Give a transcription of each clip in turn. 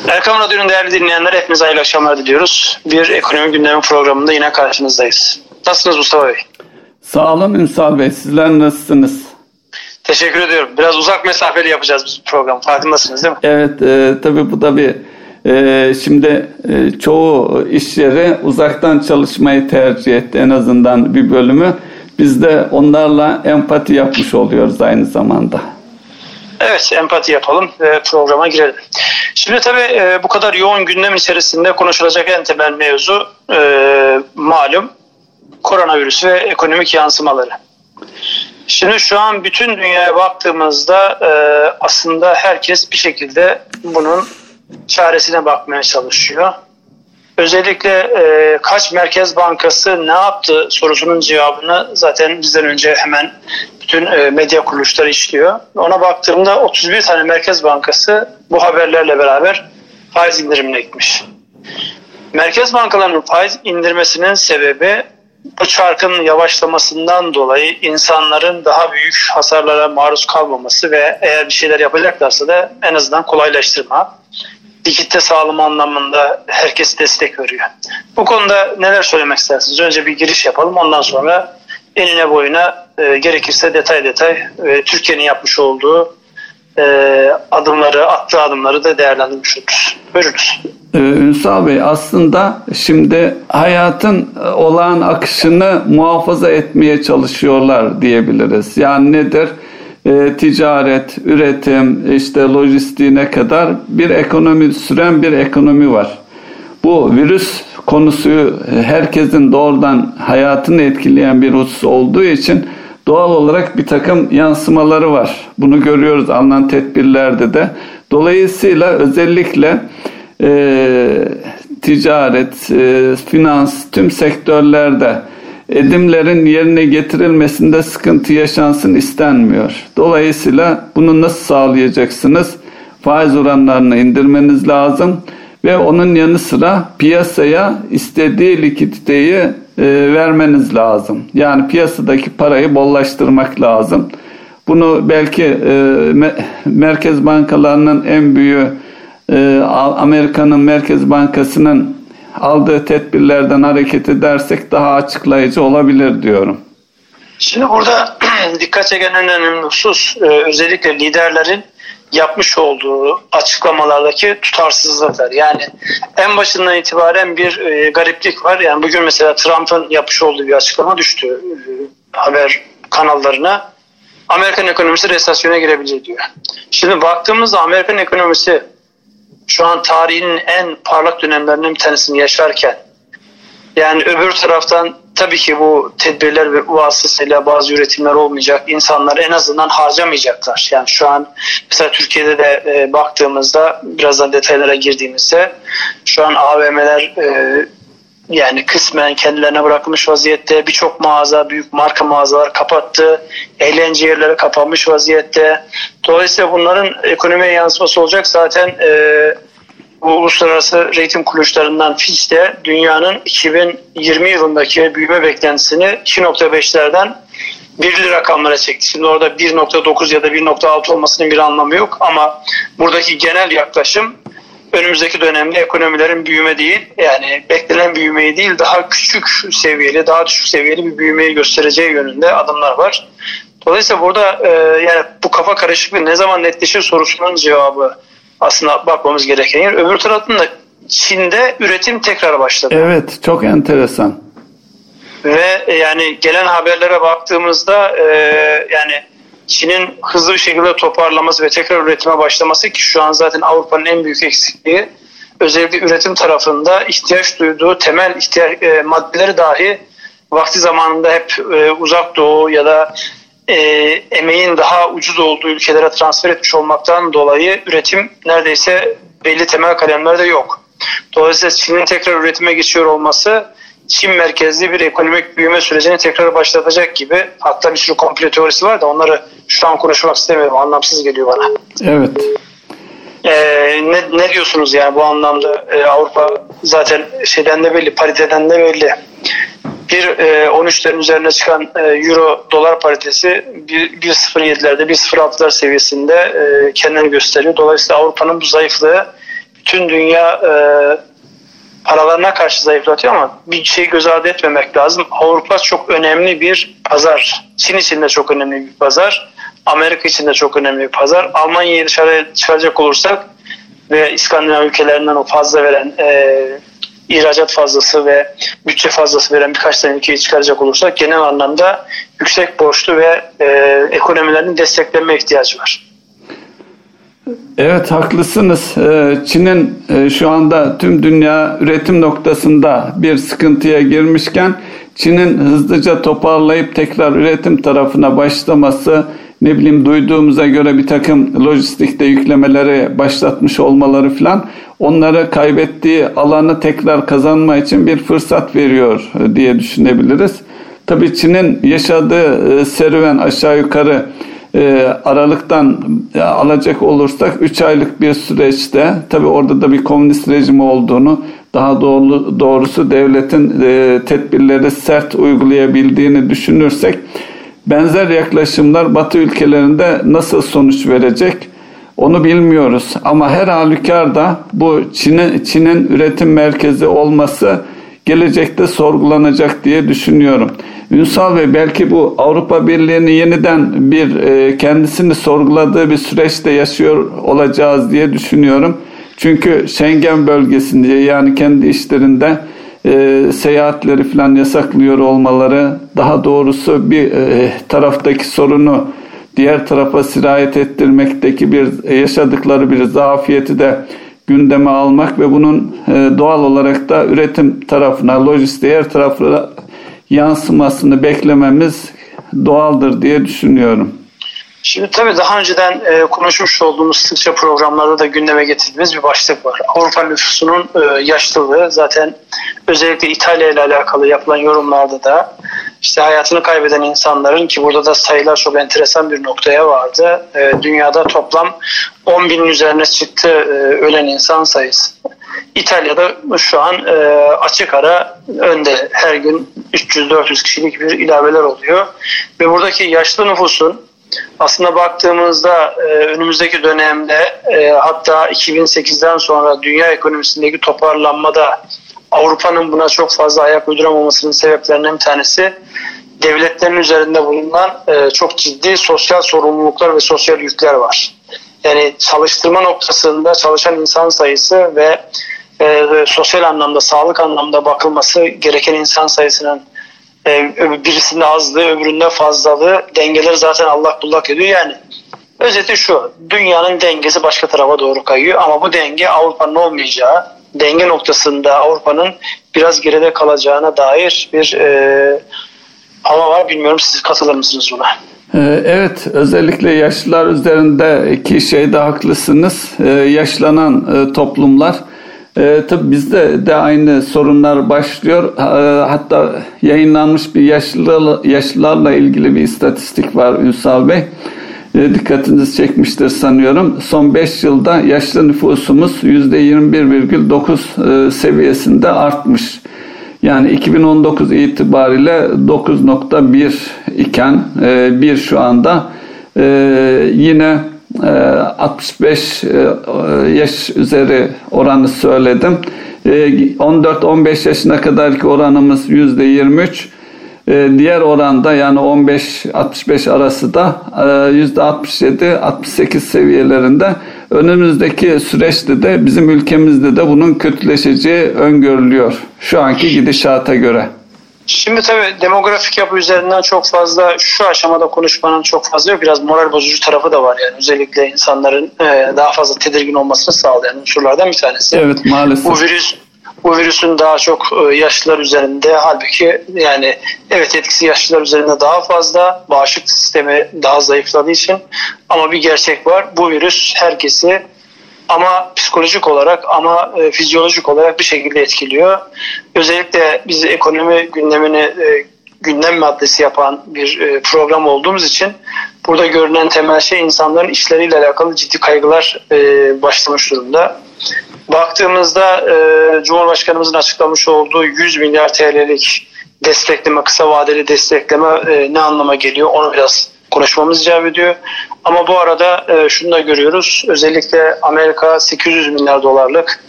Erkam Radyo'nun değerli dinleyenlere hepinize hayırlı akşamlar diliyoruz. Bir ekonomi gündemi programında yine karşınızdayız. Nasılsınız Mustafa Bey? Sağ olun Ünsal Bey. Sizler nasılsınız? Teşekkür ediyorum. Biraz uzak mesafeli yapacağız biz bu programı. Farkındasınız değil mi? Evet. Tabii bu da şimdi çoğu iş yeri uzaktan çalışmayı tercih etti. En azından bir bölümü. Biz de onlarla empati yapmış oluyoruz aynı zamanda. Evet, empati yapalım ve programa girelim. Şimdi tabii bu kadar yoğun gündem içerisinde konuşulacak en temel mevzu malum koronavirüs ve ekonomik yansımaları. Şimdi şu an bütün dünyaya baktığımızda aslında herkes bir şekilde bunun çaresine bakmaya çalışıyor. Özellikle kaç merkez bankası ne yaptı sorusunun cevabını zaten bizden önce hemen bütün medya kuruluşları işliyor. Ona baktığımda 31 tane merkez bankası bu haberlerle beraber faiz indirimine gitmiş. Merkez bankalarının faiz indirmesinin sebebi bu çarkın yavaşlamasından dolayı insanların daha büyük hasarlara maruz kalmaması ve eğer bir şeyler yapacaklarsa da en azından kolaylaştırma. Likitte sağlama anlamında herkes destek veriyor. Bu konuda neler söylemek istersiniz? Önce bir giriş yapalım, ondan sonra enine boyuna gerekirse detay Türkiye'nin yapmış olduğu attığı adımları da değerlendirmiş oluruz. Buyurunuz. Ünsal Bey, aslında şimdi hayatın olağan akışını muhafaza etmeye çalışıyorlar diyebiliriz. Yani nedir? Ticaret, üretim, işte lojistiğine kadar bir ekonomi süren bir ekonomi var. Bu virüs konusu herkesin doğrudan hayatını etkileyen bir husus olduğu için doğal olarak bir takım yansımaları var. Bunu görüyoruz alınan tedbirlerde de. Dolayısıyla özellikle ticaret, finans, tüm sektörlerde edimlerin yerine getirilmesinde sıkıntı yaşansın istenmiyor. Dolayısıyla bunu nasıl sağlayacaksınız? Faiz oranlarını indirmeniz lazım ve onun yanı sıra piyasaya istediği likiditeyi vermeniz lazım. Yani piyasadaki parayı bollaştırmak lazım. Bunu belki merkez bankalarının en büyüğü Amerika'nın Merkez Bankası'nın aldığı tedbirlerden hareket edersek daha açıklayıcı olabilir diyorum. Şimdi burada dikkat çeken en önemli husus özellikle liderlerin yapmış olduğu açıklamalardaki tutarsızlıklar. Yani en başından itibaren bir gariplik var. Yani bugün mesela Trump'ın yapmış olduğu bir açıklama düştü haber kanallarına. Amerikan ekonomisi resesyona girebilir diyor. Şimdi baktığımızda Amerikan ekonomisi şu an tarihinin en parlak dönemlerinden bir tanesini yaşarken, yani öbür taraftan tabii ki bu tedbirler vasıtasıyla bazı üretimler olmayacak. İnsanlar en azından harcamayacaklar. Yani şu an mesela Türkiye'de de baktığımızda, birazdan detaylara girdiğimizde şu an AVM'ler yani kısmen kendilerine bırakılmış vaziyette. Birçok mağaza, büyük marka mağazalar kapattı. Eğlence yerleri kapanmış vaziyette. Dolayısıyla bunların ekonomiye yansıması olacak. Zaten bu uluslararası rating kuruluşlarından Fitch de dünyanın 2020 yılındaki büyüme beklentisini 2.5'lerden birli rakamlara çekti. Şimdi orada 1.9 ya da 1.6 olmasının bir anlamı yok ama buradaki genel yaklaşım önümüzdeki dönemde ekonomilerin büyüme değil, yani beklenen büyümeyi değil, daha küçük seviyeli, daha düşük seviyeli bir büyümeyi göstereceği yönünde adımlar var. Dolayısıyla burada yani bu kafa karışıklığı ne zaman netleşir sorusunun cevabı aslında bakmamız gereken yer. Öbür taraftan da Çin'de üretim tekrar başladı. Evet, çok enteresan. Ve yani gelen haberlere baktığımızda yani Çin'in hızlı bir şekilde toparlaması ve tekrar üretime başlaması, ki şu an zaten Avrupa'nın en büyük eksikliği, özellikle üretim tarafında ihtiyaç duyduğu temel maddeleri dahi vakti zamanında hep uzak doğu ya da emeğin daha ucuz olduğu ülkelere transfer etmiş olmaktan dolayı üretim neredeyse belli temel kalemlerde yok. Dolayısıyla Çin'in tekrar üretime geçiyor olması Çin merkezli bir ekonomik büyüme sürecini tekrar başlatacak gibi. Hatta bir sürü komplo teorisi var da onları şu an konuşmak istemiyorum. Anlamsız geliyor bana. Evet. Ne diyorsunuz yani bu anlamda? Avrupa zaten şeyden de belli, pariteden de belli. 13'lerin üzerine çıkan euro dolar paritesi 1.07'lerde 1.06'lar seviyesinde kendini gösteriyor. Dolayısıyla Avrupa'nın bu zayıflığı bütün dünya paralarına karşı zayıflatıyor ama bir şey göz ardı etmemek lazım. Avrupa çok önemli bir pazar. Çin için de çok önemli bir pazar. Amerika için de çok önemli bir pazar. Almanya'yı dışarı çıkaracak olursak ve İskandinav ülkelerinden o fazla veren ihracat fazlası ve bütçe fazlası veren birkaç tane ülkeyi çıkaracak olursak genel anlamda yüksek borçlu ve ekonomilerinin desteklenme ihtiyacı var. Evet, haklısınız. Çin'in şu anda tüm dünya üretim noktasında bir sıkıntıya girmişken Çin'in hızlıca toparlayıp tekrar üretim tarafına başlaması, duyduğumuza göre bir takım lojistikte yüklemeleri başlatmış olmaları falan onlara kaybettiği alanı tekrar kazanma için bir fırsat veriyor diye düşünebiliriz. Tabii Çin'in yaşadığı serüven aşağı yukarı Aralık'tan alacak olursak 3 aylık bir süreçte, tabii orada da bir komünist rejimi olduğunu, daha doğrusu devletin tedbirleri sert uygulayabildiğini düşünürsek benzer yaklaşımlar Batı ülkelerinde nasıl sonuç verecek onu bilmiyoruz. Ama her halükarda bu Çin'in üretim merkezi olması gelecekte sorgulanacak diye düşünüyorum. Ünsal Bey, belki bu Avrupa Birliği'ni yeniden bir kendisini sorguladığı bir süreçte yaşıyor olacağız diye düşünüyorum. Çünkü Schengen bölgesinde, yani kendi işlerinde seyahatleri falan yasaklıyor olmaları, daha doğrusu bir taraftaki sorunu diğer tarafa sirayet ettirmekteki yaşadıkları bir zafiyeti de gündeme almak ve bunun doğal olarak da üretim tarafına, lojistiğe, her tarafına yansımasını beklememiz doğaldır diye düşünüyorum. Şimdi tabii daha önceden konuşmuş olduğumuz sıkça programlarda da gündeme getirdiğimiz bir başlık var. Avrupa nüfusunun yaşlılığı, zaten özellikle İtalya ile alakalı yapılan yorumlarda da işte hayatını kaybeden insanların, ki burada da sayılar çok enteresan bir noktaya vardı. Dünyada toplam 10 binin üzerine çıktı ölen insan sayısı. İtalya'da şu an açık ara önde, her gün 300-400 kişilik bir ilaveler oluyor. Ve buradaki yaşlı nüfusun aslında baktığımızda önümüzdeki dönemde hatta 2008'den sonra dünya ekonomisindeki toparlanmada Avrupa'nın buna çok fazla ayak uyduramamasının sebeplerinden bir tanesi devletlerin üzerinde bulunan çok ciddi sosyal sorumluluklar ve sosyal yükler var. Yani çalıştırma noktasında çalışan insan sayısı ve sosyal anlamda, sağlık anlamda bakılması gereken insan sayısının birisinde azlığı, öbüründe fazlalığı, dengeleri zaten allak bullak ediyor. Yani özeti şu: dünyanın dengesi başka tarafa doğru kayıyor ama bu denge Avrupa'nın olmayacağı, denge noktasında Avrupa'nın biraz geride kalacağına dair bir hava var. Bilmiyorum, siz katılır mısınız buna? Evet, özellikle yaşlılar üzerindeki şeyde haklısınız. Yaşlanan toplumlar, tabii bizde de aynı sorunlar başlıyor. Hatta yayınlanmış bir yaşlılarla ilgili bir istatistik var Ünsal Bey. Dikkatinizi çekmiştir sanıyorum. Son 5 yılda yaşlı nüfusumuz %21,9 seviyesinde artmış. Yani 2019 itibariyle 9,1 iken bir şu anda yine 65 yaş üzeri oranı söyledim. 14-15 yaşına kadarki oranımız %23. Diğer oranda, yani 15-65 arası da %67-68 seviyelerinde. Önümüzdeki süreçte de bizim ülkemizde de bunun kötüleşeceği öngörülüyor şu anki gidişata göre. Şimdi tabii demografik yapı üzerinden çok fazla şu aşamada konuşmanın çok fazla yok. Biraz moral bozucu tarafı da var, yani özellikle insanların daha fazla tedirgin olmasını sağlayan unsurlardan bir tanesi. Evet, maalesef. Bu virüsün daha çok yaşlılar üzerinde, halbuki yani evet etkisi yaşlılar üzerinde daha fazla, bağışıklık sistemi daha zayıfladığı için, ama bir gerçek var: bu virüs herkesi ama psikolojik olarak ama fizyolojik olarak bir şekilde etkiliyor. Özellikle biz ekonomi gündemini gündem maddesi yapan bir program olduğumuz için burada görünen temel şey insanların işleriyle alakalı ciddi kaygılar başlamış durumda. Baktığımızda Cumhurbaşkanımızın açıklamış olduğu 100 milyar TL'lik destekleme, kısa vadeli destekleme ne anlama geliyor, onu biraz konuşmamız icap ediyor. Ama bu arada şunu da görüyoruz: özellikle Amerika 800 milyar dolarlık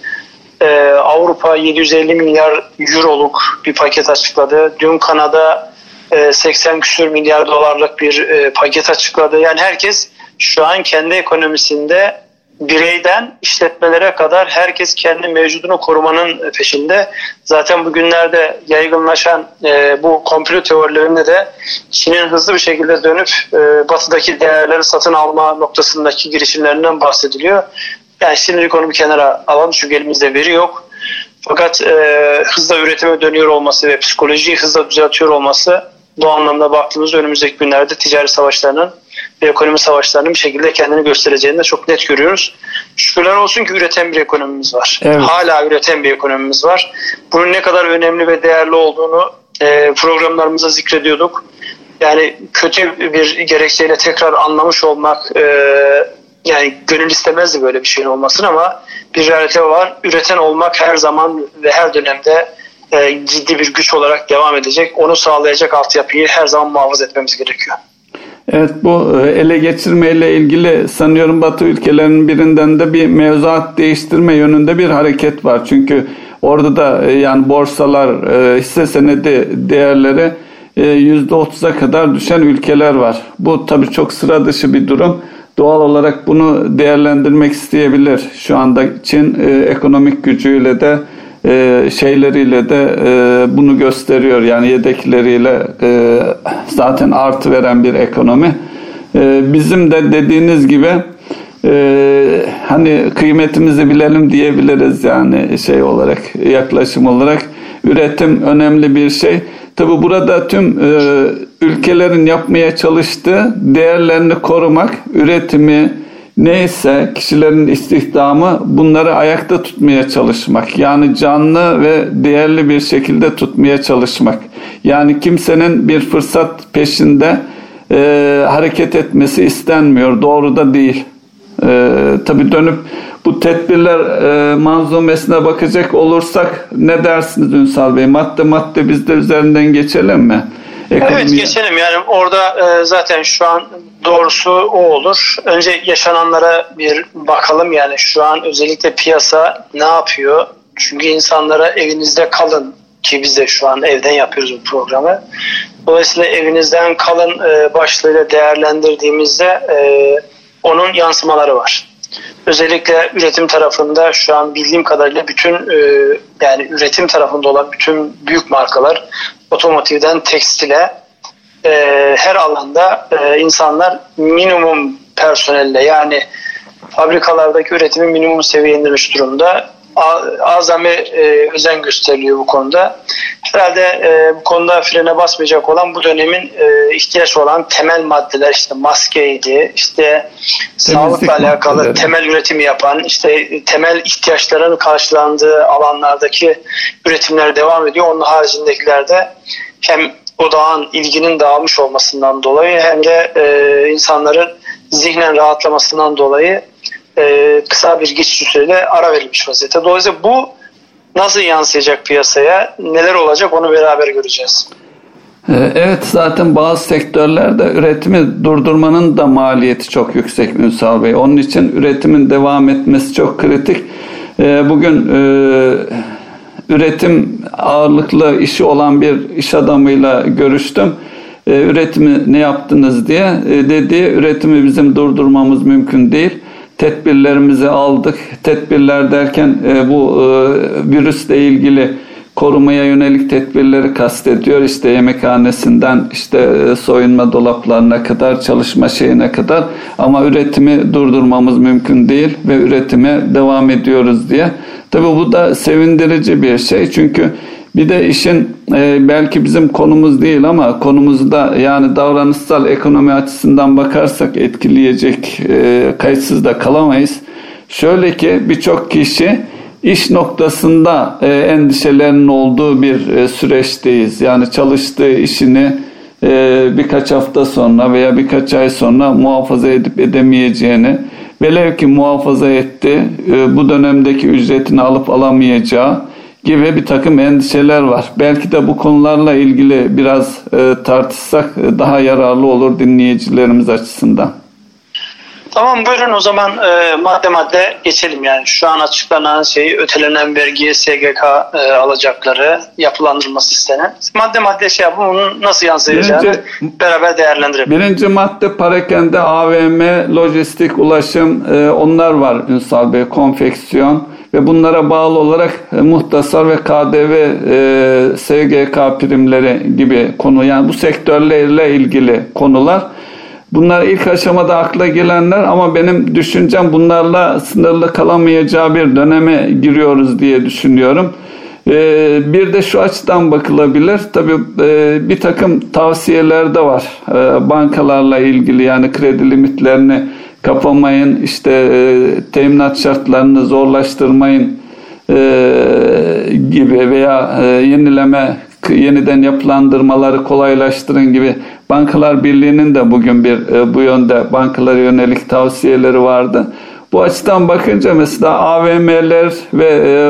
Avrupa 750 milyar euroluk bir paket açıkladı. Dün Kanada 80 küsur milyar dolarlık bir paket açıkladı. Yani herkes şu an kendi ekonomisinde bireyden işletmelere kadar herkes kendi mevcudunu korumanın peşinde. Zaten bugünlerde yaygınlaşan bu komplo teorilerinde de Çin'in hızlı bir şekilde dönüp batıdaki değerleri satın alma noktasındaki girişimlerinden bahsediliyor. Yani şimdilik onu bir kenara alalım çünkü elimizde veri yok. Fakat hızla üretime dönüyor olması ve psikolojiyi hızla düzeltiyor olması bu anlamda baktığımızda önümüzdeki günlerde ticari savaşlarının ve ekonomi savaşlarının bir şekilde kendini göstereceğini de çok net görüyoruz. Şükürler olsun ki üreten bir ekonomimiz var. Evet. Hala üreten bir ekonomimiz var. Bunun ne kadar önemli ve değerli olduğunu programlarımızda zikrediyorduk. Yani kötü bir gerekçeyle tekrar anlamış olmak yani gönül istemezdi böyle bir şeyin olmasını ama bir realite var. Üreten olmak her zaman ve her dönemde ciddi bir güç olarak devam edecek. Onu sağlayacak altyapıyı her zaman muhafaza etmemiz gerekiyor. Evet, bu ele geçirmeyle ilgili sanıyorum Batı ülkelerinin birinden de bir mevzuat değiştirme yönünde bir hareket var. Çünkü orada da yani borsalar, hisse senedi değerleri %30'a kadar düşen ülkeler var. Bu tabii çok sıra dışı bir durum. Doğal olarak bunu değerlendirmek isteyebilir. Şu anda Çin ekonomik gücüyle de şeyleriyle de bunu gösteriyor. Yani yedekleriyle zaten artı veren bir ekonomi. Bizim de dediğiniz gibi hani kıymetimizi bilelim diyebiliriz yani şey olarak, yaklaşım olarak. Üretim önemli bir şey. Tabi burada tüm ülkelerin yapmaya çalıştığı değerlerini korumak, üretimi neyse kişilerin istihdamı bunları ayakta tutmaya çalışmak. Yani canlı ve değerli bir şekilde tutmaya çalışmak. Yani kimsenin bir fırsat peşinde hareket etmesi istenmiyor. Doğru da değil. Tabii dönüp bu tedbirler manzumesine bakacak olursak ne dersiniz Ünsal Bey? Madde biz de üzerinden geçelim mi? Evet geçelim. Yani orada zaten şu an doğrusu o olur. Önce yaşananlara bir bakalım. Yani şu an özellikle piyasa ne yapıyor? Çünkü insanlara evinizde kalın ki biz de şu an evden yapıyoruz bu programı. Dolayısıyla evinizden kalın başlığıyla değerlendirdiğimizde onun yansımaları var. Özellikle üretim tarafında şu an bildiğim kadarıyla bütün yani üretim tarafında olan bütün büyük markalar otomotivden tekstile her alanda insanlar minimum personelle yani fabrikalardaki üretimi minimum seviyeye indirmiş durumda. Azami özen gösteriliyor bu konuda. Herhalde bu konuda frene basmayacak olan bu dönemin ihtiyaç olan temel maddeler işte maskeydi, işte sağlıkla alakalı maddeleri, temel üretimi yapan, işte temel ihtiyaçların karşılandığı alanlardaki üretimler devam ediyor. Onun haricindekiler hem odağın ilginin dağılmış olmasından dolayı hem de insanların zihnen rahatlamasından dolayı kısa bir geçiş süreyle ara verilmiş vaziyette. Dolayısıyla bu nasıl yansıyacak piyasaya, neler olacak onu beraber göreceğiz. Evet, zaten bazı sektörlerde üretimi durdurmanın da maliyeti çok yüksek Ünsal Bey. Onun için üretimin devam etmesi çok kritik. Bugün üretim ağırlıklı işi olan bir iş adamıyla görüştüm. Üretimi ne yaptınız diye. Dedi, üretimi bizim durdurmamız mümkün değil. Tedbirlerimizi aldık. Tedbirler derken bu virüsle ilgili korumaya yönelik tedbirleri kastediyor. İşte yemekhanesinden işte soyunma dolaplarına kadar, çalışma şeyine kadar, ama üretimi durdurmamız mümkün değil ve üretime devam ediyoruz diye. Tabii bu da sevindirici bir şey. Çünkü bir de işin belki bizim konumuz değil ama konumuzu da yani davranışsal ekonomi açısından bakarsak etkileyecek, kayıtsız da kalamayız. Şöyle ki birçok kişi iş noktasında endişelerinin olduğu bir süreçteyiz. Yani çalıştığı işini birkaç hafta sonra veya birkaç ay sonra muhafaza edip edemeyeceğini, velev ki muhafaza etti, bu dönemdeki ücretini alıp alamayacağı gibi bir takım endişeler var. Belki de bu konularla ilgili biraz tartışsak daha yararlı olur dinleyicilerimiz açısından. Tamam, buyurun o zaman madde madde geçelim. Yani şu an açıklanan ötelenen vergi, SGK alacakları, yapılandırması istenen. Madde madde yapın, onun nasıl yansıyacağını beraber değerlendirelim. Birinci madde parakende, AVM, lojistik, ulaşım, onlar var Ünsal Bey, konfeksiyon ve bunlara bağlı olarak muhtasar ve KDV, SGK primleri gibi konu, yani bu sektörlerle ilgili konular. Bunlar ilk aşamada akla gelenler ama benim düşüncem bunlarla sınırlı kalamayacağı bir döneme giriyoruz diye düşünüyorum. Bir de şu açıdan bakılabilir. Tabii bir takım tavsiyeler de var bankalarla ilgili, yani kredi limitlerini kapamayın, teminat şartlarını zorlaştırmayın gibi veya yeniden yapılandırmaları kolaylaştırın gibi. Bankalar Birliği'nin de bugün bu yönde bankalara yönelik tavsiyeleri vardı. Bu açıdan bakınca mesela AVM'ler ve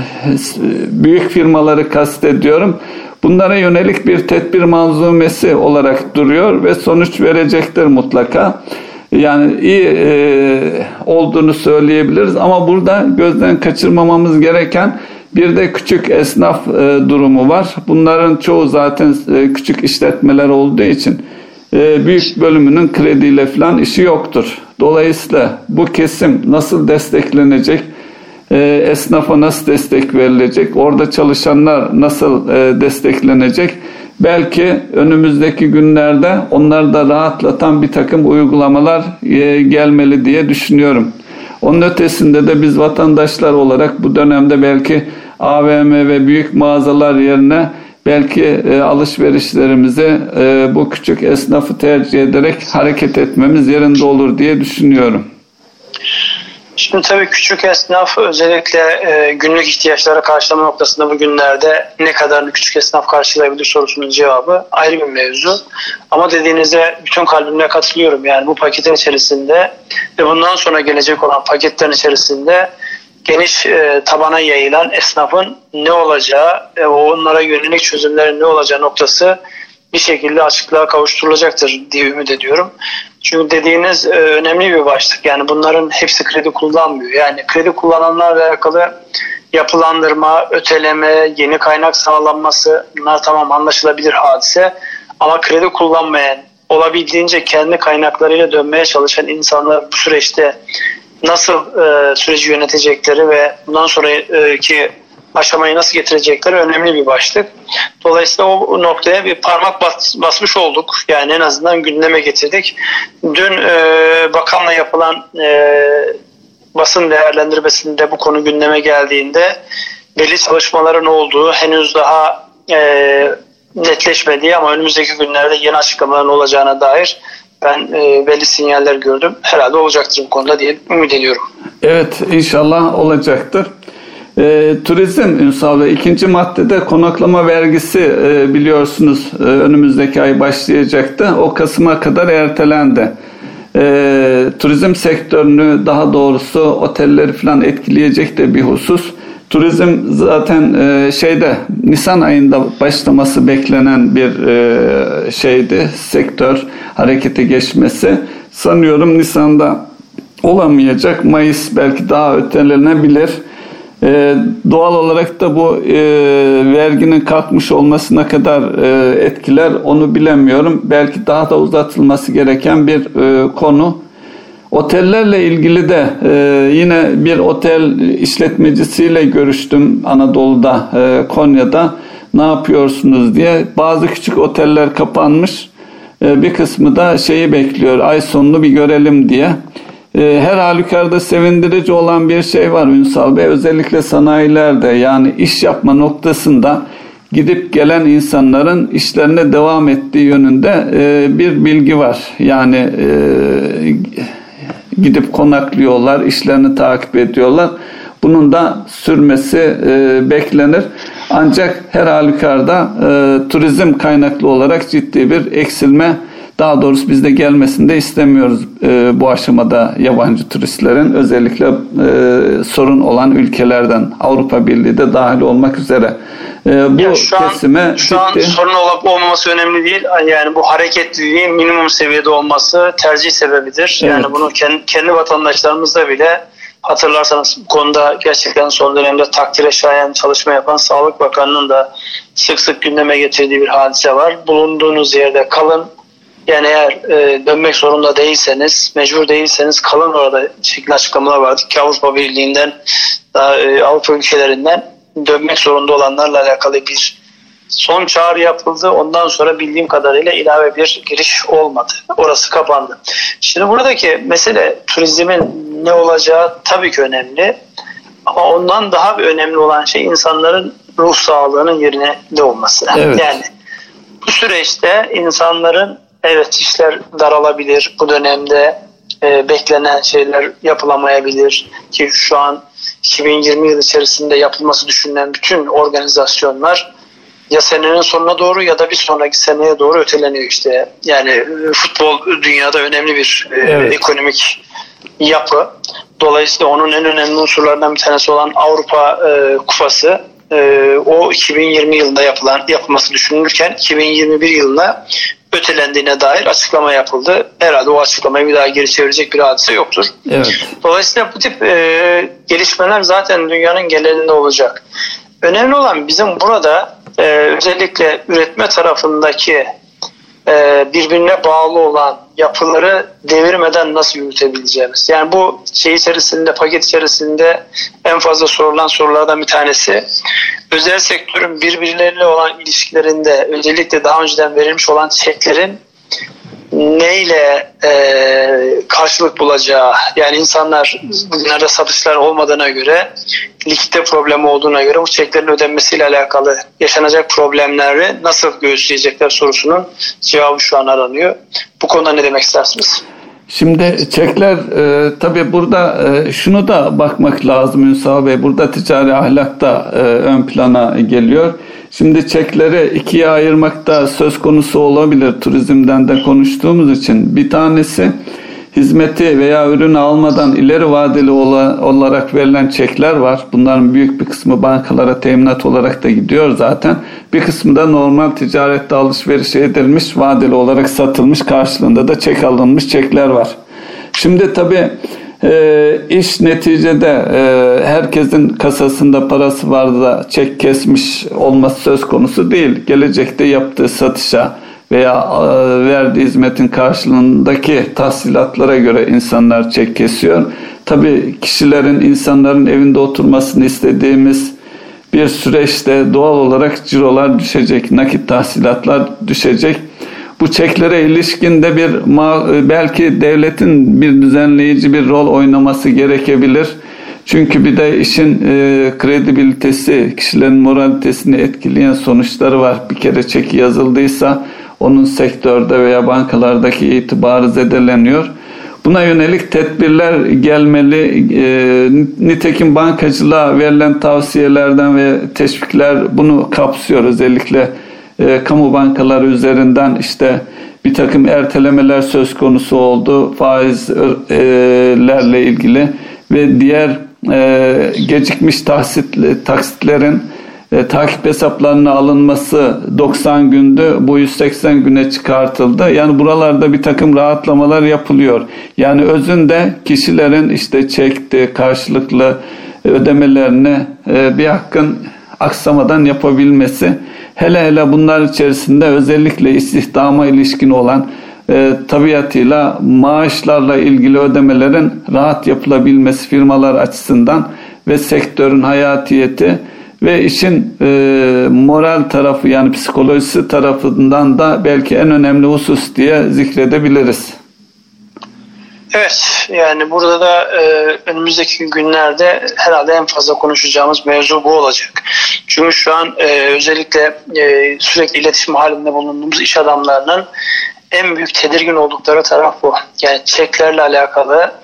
büyük firmaları kastediyorum. Bunlara yönelik bir tedbir manzumesi olarak duruyor ve sonuç verecektir mutlaka. Yani iyi olduğunu söyleyebiliriz ama burada gözden kaçırmamamız gereken bir de küçük esnaf durumu var. Bunların çoğu zaten küçük işletmeler olduğu için büyük bölümünün krediyle falan işi yoktur. Dolayısıyla bu kesim nasıl desteklenecek? Esnafa nasıl destek verilecek? Orada çalışanlar nasıl desteklenecek? Belki önümüzdeki günlerde onları da rahatlatan bir takım uygulamalar gelmeli diye düşünüyorum. Onun ötesinde de biz vatandaşlar olarak bu dönemde belki AVM ve büyük mağazalar yerine belki alışverişlerimizi bu küçük esnafı tercih ederek hareket etmemiz yerinde olur diye düşünüyorum. Şimdi tabii küçük esnaf özellikle günlük ihtiyaçları karşılama noktasında bugünlerde ne kadarını küçük esnaf karşılayabilir sorusunun cevabı ayrı bir mevzu. Ama dediğinize bütün kalbimle katılıyorum. Yani bu paketin içerisinde ve bundan sonra gelecek olan paketlerin içerisinde geniş tabana yayılan esnafın ne olacağı, onlara yönelik çözümlerin ne olacağı noktası bir şekilde açıklığa kavuşturulacaktır diye ümit ediyorum. Çünkü dediğiniz önemli bir başlık. Yani bunların hepsi kredi kullanmıyor. Yani kredi kullananlarla alakalı yapılandırma, öteleme, yeni kaynak sağlanması, bunlar tamam anlaşılabilir hadise. Ama kredi kullanmayan, olabildiğince kendi kaynaklarıyla dönmeye çalışan insanlar bu süreçte nasıl süreci yönetecekleri ve bundan sonraki aşamayı nasıl getirecekleri önemli bir başlık. Dolayısıyla o noktaya bir parmak basmış olduk. Yani en azından gündeme getirdik. Dün bakanla yapılan basın değerlendirmesinde bu konu gündeme geldiğinde belli çalışmaların olduğu, henüz daha netleşmediği ama önümüzdeki günlerde yeni açıklamaların olacağına dair ben belli sinyaller gördüm. Herhalde olacaktır bu konuda diye ümit ediyorum. Evet, inşallah olacaktır. Turizm Ünsal Bey, ikinci maddede konaklama vergisi biliyorsunuz önümüzdeki ay başlayacaktı. O Kasım'a kadar ertelendi. Turizm sektörünü, daha doğrusu otelleri falan etkileyecek de bir husus. Turizm zaten Nisan ayında başlaması beklenen bir sektör harekete geçmesi. Sanıyorum Nisan'da olamayacak. Mayıs belki daha ötelenebilir. Doğal olarak da bu verginin kalkmış olmasına kadar etkiler onu bilemiyorum. Belki daha da uzatılması gereken bir konu. Otellerle ilgili de yine bir otel işletmecisiyle görüştüm Anadolu'da, Konya'da. Ne yapıyorsunuz diye. Bazı küçük oteller kapanmış. Bir kısmı da bekliyor. Ay sonunu bir görelim diye. Her halükarda sevindirici olan bir şey var Ünsal Bey. Özellikle sanayilerde, yani iş yapma noktasında gidip gelen insanların işlerine devam ettiği yönünde bir bilgi var. Yani gidip konaklıyorlar, işlerini takip ediyorlar. Bunun da sürmesi beklenir. Ancak her halükarda turizm kaynaklı olarak ciddi bir eksilme Daha doğrusu biz de gelmesini de istemiyoruz bu aşamada yabancı turistlerin, özellikle sorun olan ülkelerden, Avrupa Birliği de dahil olmak üzere. Bu şu an sorun olup olmaması önemli değil. Yani bu hareketliliğin minimum seviyede olması tercih sebebidir. Evet. Yani bunu kendi vatandaşlarımızda bile, hatırlarsanız bu konuda gerçekten son dönemde takdire şayan çalışma yapan Sağlık Bakanı'nın da sık sık gündeme getirdiği bir hadise var. Bulunduğunuz yerde kalın. Yani eğer dönmek zorunda değilseniz, mecbur değilseniz kalın orada şeklinde açıklamalar vardı ki Avrupa Birliği'nden, Avrupa ülkelerinden dönmek zorunda olanlarla alakalı bir son çağrı yapıldı. Ondan sonra bildiğim kadarıyla ilave bir giriş olmadı. Orası kapandı. Şimdi buradaki mesele turizmin ne olacağı tabii ki önemli. Ama ondan daha bir önemli olan şey insanların ruh sağlığının yerine olması. Evet. Yani bu süreçte insanların işler daralabilir. Bu dönemde beklenen şeyler yapılamayabilir. Ki şu an 2020 yıl içerisinde yapılması düşünülen bütün organizasyonlar ya senenin sonuna doğru ya da bir sonraki seneye doğru öteleniyor işte. Yani futbol dünyada önemli bir ekonomik yapı. Dolayısıyla onun en önemli unsurlarından bir tanesi olan Avrupa Kupası o 2020 yılında yapılması düşünülürken 2021 yılına ötelendiğine dair açıklama yapıldı. Herhalde o açıklamayı bir daha geri çevirecek bir hadise yoktur. Evet. Dolayısıyla bu tip gelişmeler zaten dünyanın genelinde olacak. Önemli olan bizim burada özellikle üretme tarafındaki birbirine bağlı olan yapıları devirmeden nasıl yürütebileceğimiz. Yani bu paket içerisinde en fazla sorulan sorulardan bir tanesi, özel sektörün birbirleriyle olan ilişkilerinde özellikle daha önceden verilmiş olan çeklerin neyle karşılık bulacağı. Yani insanlar bugünlerde satışlar olmadığına göre, likidite problemi olduğuna göre bu çeklerin ödenmesiyle alakalı yaşanacak problemleri nasıl göğüsleyecekler sorusunun cevabı şu an aranıyor. Bu konuda ne demek istersiniz? Şimdi çekler tabii burada şunu da bakmak lazım Ünsal Bey. Burada ticari ahlak da ön plana geliyor. Şimdi çekleri ikiye ayırmakta söz konusu olabilir, turizmden de konuştuğumuz için. Bir tanesi hizmeti veya ürünü almadan ileri vadeli olarak verilen çekler var. Bunların büyük bir kısmı bankalara teminat olarak da gidiyor zaten. Bir kısmı da normal ticarette alışveriş edilmiş, vadeli olarak satılmış, karşılığında da çek alınmış çekler var. Şimdi tabii iş neticede herkesin kasasında parası var da çek kesmiş olması söz konusu değil. Gelecekte yaptığı satışa veya verdiği hizmetin karşılığındaki tahsilatlara göre insanlar çek kesiyor. Tabii insanların evinde oturmasını istediğimiz bir süreçte doğal olarak cirolar düşecek, nakit tahsilatlar düşecek. Bu çeklere ilişkin de belki devletin bir düzenleyici bir rol oynaması gerekebilir. Çünkü bir de işin kredibilitesi, kişilerin moralitesini etkileyen sonuçları var. Bir kere çeki yazıldıysa onun sektörde veya bankalardaki itibarı zedeleniyor. Buna yönelik tedbirler gelmeli. Nitekim bankacılığa verilen tavsiyelerden ve teşvikler bunu kapsıyor. Özellikle kamu bankaları üzerinden bir takım ertelemeler söz konusu oldu. Faizlerle ilgili ve diğer gecikmiş taksitlerin takip hesaplarına alınması 90 gündü. Bu 180 güne çıkartıldı. Yani buralarda bir takım rahatlamalar yapılıyor. Yani özünde kişilerin çekti, karşılıklı ödemelerini bir hakkın aksamadan yapabilmesi. Hele bunlar içerisinde özellikle istihdama ilişkin olan tabiatıyla maaşlarla ilgili ödemelerin rahat yapılabilmesi firmalar açısından ve sektörün hayatiyeti ve işin moral tarafı yani psikolojisi tarafından da belki en önemli husus diye zikredebiliriz. Evet, yani burada da önümüzdeki günlerde herhalde en fazla konuşacağımız mevzu bu olacak. Çünkü şu an özellikle sürekli iletişim halinde bulunduğumuz iş adamlarının en büyük tedirgin oldukları taraf bu. Yani çeklerle alakalı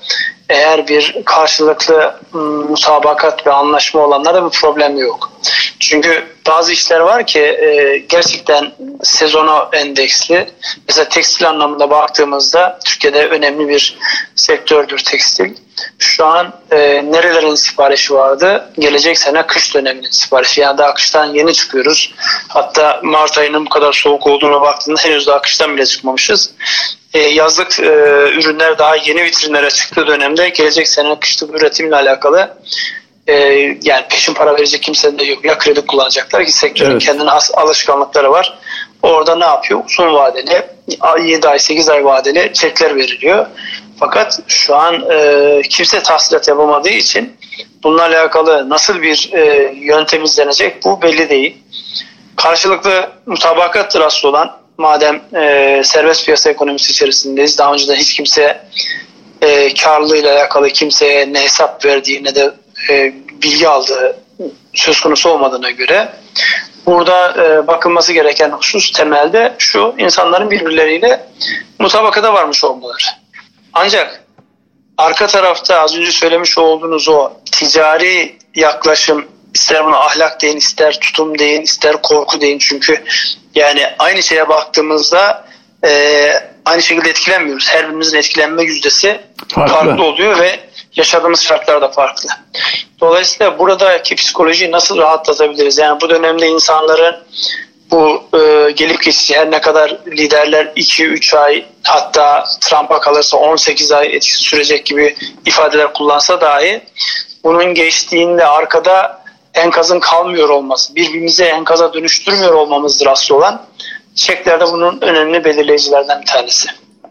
eğer bir karşılıklı mutabakat ve anlaşma olanlarda bir problem yok. Çünkü bazı işler var ki gerçekten sezona endeksli. Mesela tekstil anlamında baktığımızda Türkiye'de önemli bir sektördür tekstil. Şu an nerelerin siparişi vardı? Gelecek sene kış döneminin siparişi. Yani daha kıştan yeni çıkıyoruz. Hatta Mart ayının bu kadar soğuk olduğuna baktığında henüz daha kıştan bile çıkmamışız. Yazlık ürünler daha yeni vitrinlere çıktığı dönemde gelecek sene kışlık üretimle alakalı yani peşin para verecek kimsenin de yok. Ya kredi kullanacaklar ki sektörün kendine has alışkanlıkları var. Orada ne yapıyor? Uzun vadeli 7 ay 8 ay vadeli çekler veriliyor. Fakat şu an kimse tahsilat yapamadığı için bununla alakalı nasıl bir yöntem izlenecek bu belli değil. Karşılıklı mutabakattır asıl olan. Madem serbest piyasa ekonomisi içerisindeyiz. Daha önceden hiç kimse karlılığıyla alakalı kimseye ne hesap verdiği ne de bilgi aldığı söz konusu olmadığına göre burada bakılması gereken husus temelde şu: insanların birbirleriyle mutabakata varmış olmaları. Ancak arka tarafta az önce söylemiş olduğunuz o ticari yaklaşım, ister buna ahlak deyin, ister tutum deyin, ister korku deyin, çünkü yani aynı şeye baktığımızda aynı şekilde etkilenmiyoruz. Her birimizin etkilenme yüzdesi farklı oluyor ve yaşadığımız şartlar da farklı. Dolayısıyla buradaki psikolojiyi nasıl rahatlatabiliriz? Yani bu dönemde insanların bu gelip geçici, her ne kadar liderler 2-3 ay, hatta Trump'a kalırsa 18 ay etkisi sürecek gibi ifadeler kullansa dahi bunun geçtiğinde arkada enkazın kalmıyor olması, birbirimize enkaza dönüştürmüyor olmamızdır asıl olan. Çeklerde bunun önemli belirleyicilerden bir tanesi.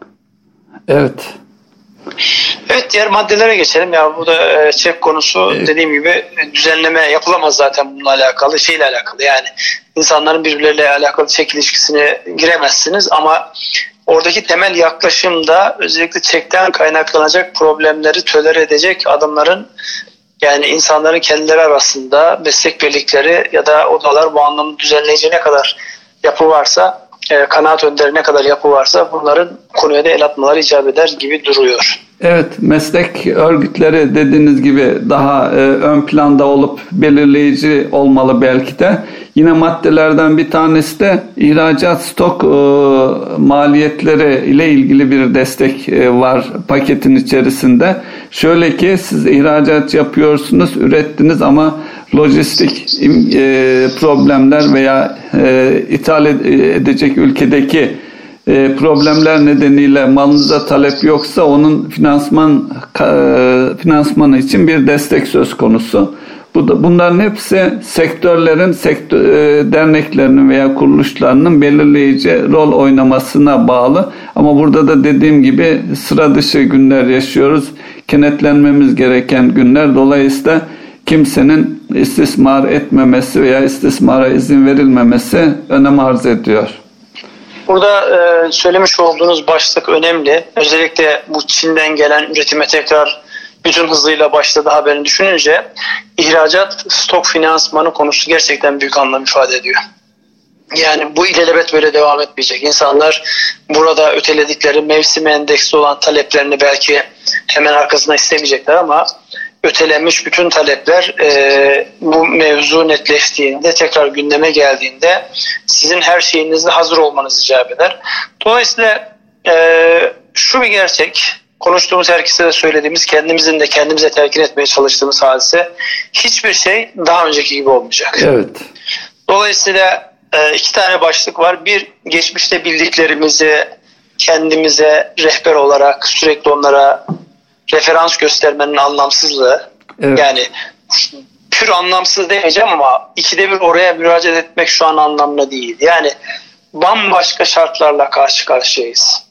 Evet. Evet, diğer maddelere geçelim. Ya burada çek konusu dediğim gibi düzenleme yapılamaz zaten bununla alakalı, şeyle alakalı. Yani insanların birbirleriyle alakalı çek ilişkisine giremezsiniz ama oradaki temel yaklaşımda özellikle çekten kaynaklanacak problemleri tolere edecek adımların, yani insanların kendileri arasında meslek birlikleri ya da odalar bu anlamda düzenleyici ne kadar yapı varsa, kanaat önderi ne kadar yapı varsa bunların konuya da el atmaları icap eder gibi duruyor. Evet, meslek örgütleri dediğiniz gibi daha ön planda olup belirleyici olmalı belki de. Yine maddelerden bir tanesi de ihracat stok maliyetleri ile ilgili bir destek var paketin içerisinde. Şöyle ki siz ihracat yapıyorsunuz, ürettiniz ama lojistik problemler veya ithal edecek ülkedeki problemler nedeniyle malınıza talep yoksa onun finansmanı için bir destek söz konusu. Bunların hepsi sektörlerin, derneklerinin veya kuruluşlarının belirleyici rol oynamasına bağlı. Ama burada da dediğim gibi sıra dışı günler yaşıyoruz. Kenetlenmemiz gereken günler. Dolayısıyla kimsenin istismar etmemesi veya istismara izin verilmemesi önem arz ediyor. Burada söylemiş olduğunuz başlık önemli. Özellikle bu Çin'den gelen üretime tekrar bütün hızıyla başladı haberini düşününce ihracat stok finansmanı konusu gerçekten büyük anlam ifade ediyor. Yani bu ilelebet böyle devam etmeyecek. İnsanlar burada öteledikleri mevsime endeksli olan taleplerini belki hemen arkasına istemeyecekler ama ötelenmiş bütün talepler bu mevzu netleştiğinde, tekrar gündeme geldiğinde sizin her şeyinizde hazır olmanız icap eder. Dolayısıyla şu bir gerçek, konuştuğumuz herkese de söylediğimiz, kendimizin de kendimize telkin etmeye çalıştığımız hadise, hiçbir şey daha önceki gibi olmayacak. Evet. Dolayısıyla iki tane başlık var. Bir, geçmişte bildiklerimizi kendimize rehber olarak sürekli onlara referans göstermenin anlamsızlığı. Evet. Yani pür anlamsız demeyeceğim ama ikide bir oraya müracaat etmek şu an anlamlı değil. Yani bambaşka şartlarla karşı karşıyayız.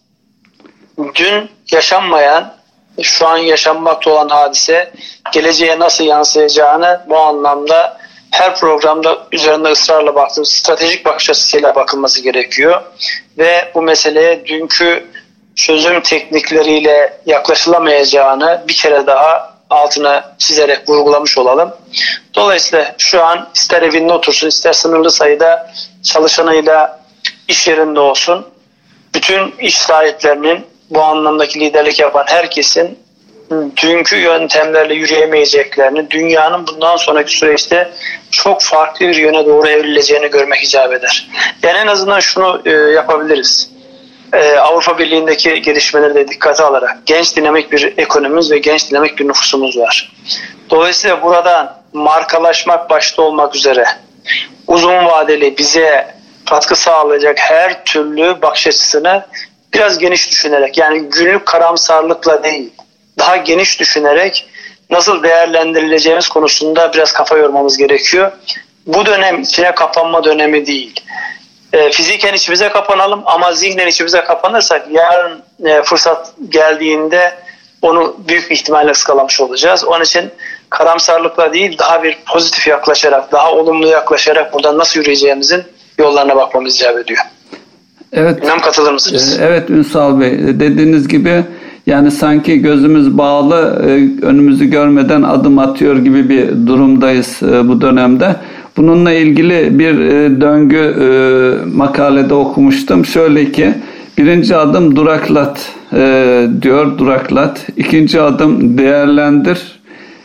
Dün yaşanmayan, şu an yaşanmakta olan hadise geleceğe nasıl yansıyacağını bu anlamda her programda üzerinde ısrarla baktığımız stratejik bakış açısıyla bakılması gerekiyor. Ve bu meseleye dünkü çözüm teknikleriyle yaklaşılamayacağını bir kere daha altına çizerek vurgulamış olalım. Dolayısıyla şu an ister evinde otursun, ister sınırlı sayıda çalışanıyla iş yerinde olsun, bütün iş sahiplerinin, bu anlamdaki liderlik yapan herkesin dünkü yöntemlerle yürüyemeyeceklerini, dünyanın bundan sonraki süreçte çok farklı bir yöne doğru evrileceğini görmek icap eder. Yani en azından şunu yapabiliriz. Avrupa Birliği'ndeki gelişmeleri de dikkate alarak genç dinamik bir ekonomimiz ve genç dinamik bir nüfusumuz var. Dolayısıyla buradan markalaşmak başta olmak üzere uzun vadeli bize katkı sağlayacak her türlü bakış açısını biraz geniş düşünerek, yani günlük karamsarlıkla değil, daha geniş düşünerek nasıl değerlendirileceğimiz konusunda biraz kafa yormamız gerekiyor. Bu dönem içine kapanma dönemi değil. Fiziken içimize kapanalım ama zihnen içimize kapanırsak yarın fırsat geldiğinde onu büyük bir ihtimalle ıskalamış olacağız. Onun için karamsarlıkla değil, daha bir pozitif yaklaşarak, daha olumlu yaklaşarak buradan nasıl yürüyeceğimizin yollarına bakmamız icap ediyor. Evet. Bilmem katılır mısınız? Evet Ünsal Bey, dediğiniz gibi yani sanki gözümüz bağlı, önümüzü görmeden adım atıyor gibi bir durumdayız bu dönemde. Bununla ilgili bir döngü makalede okumuştum. Şöyle ki, birinci adım duraklat diyor, duraklat. İkinci adım değerlendir.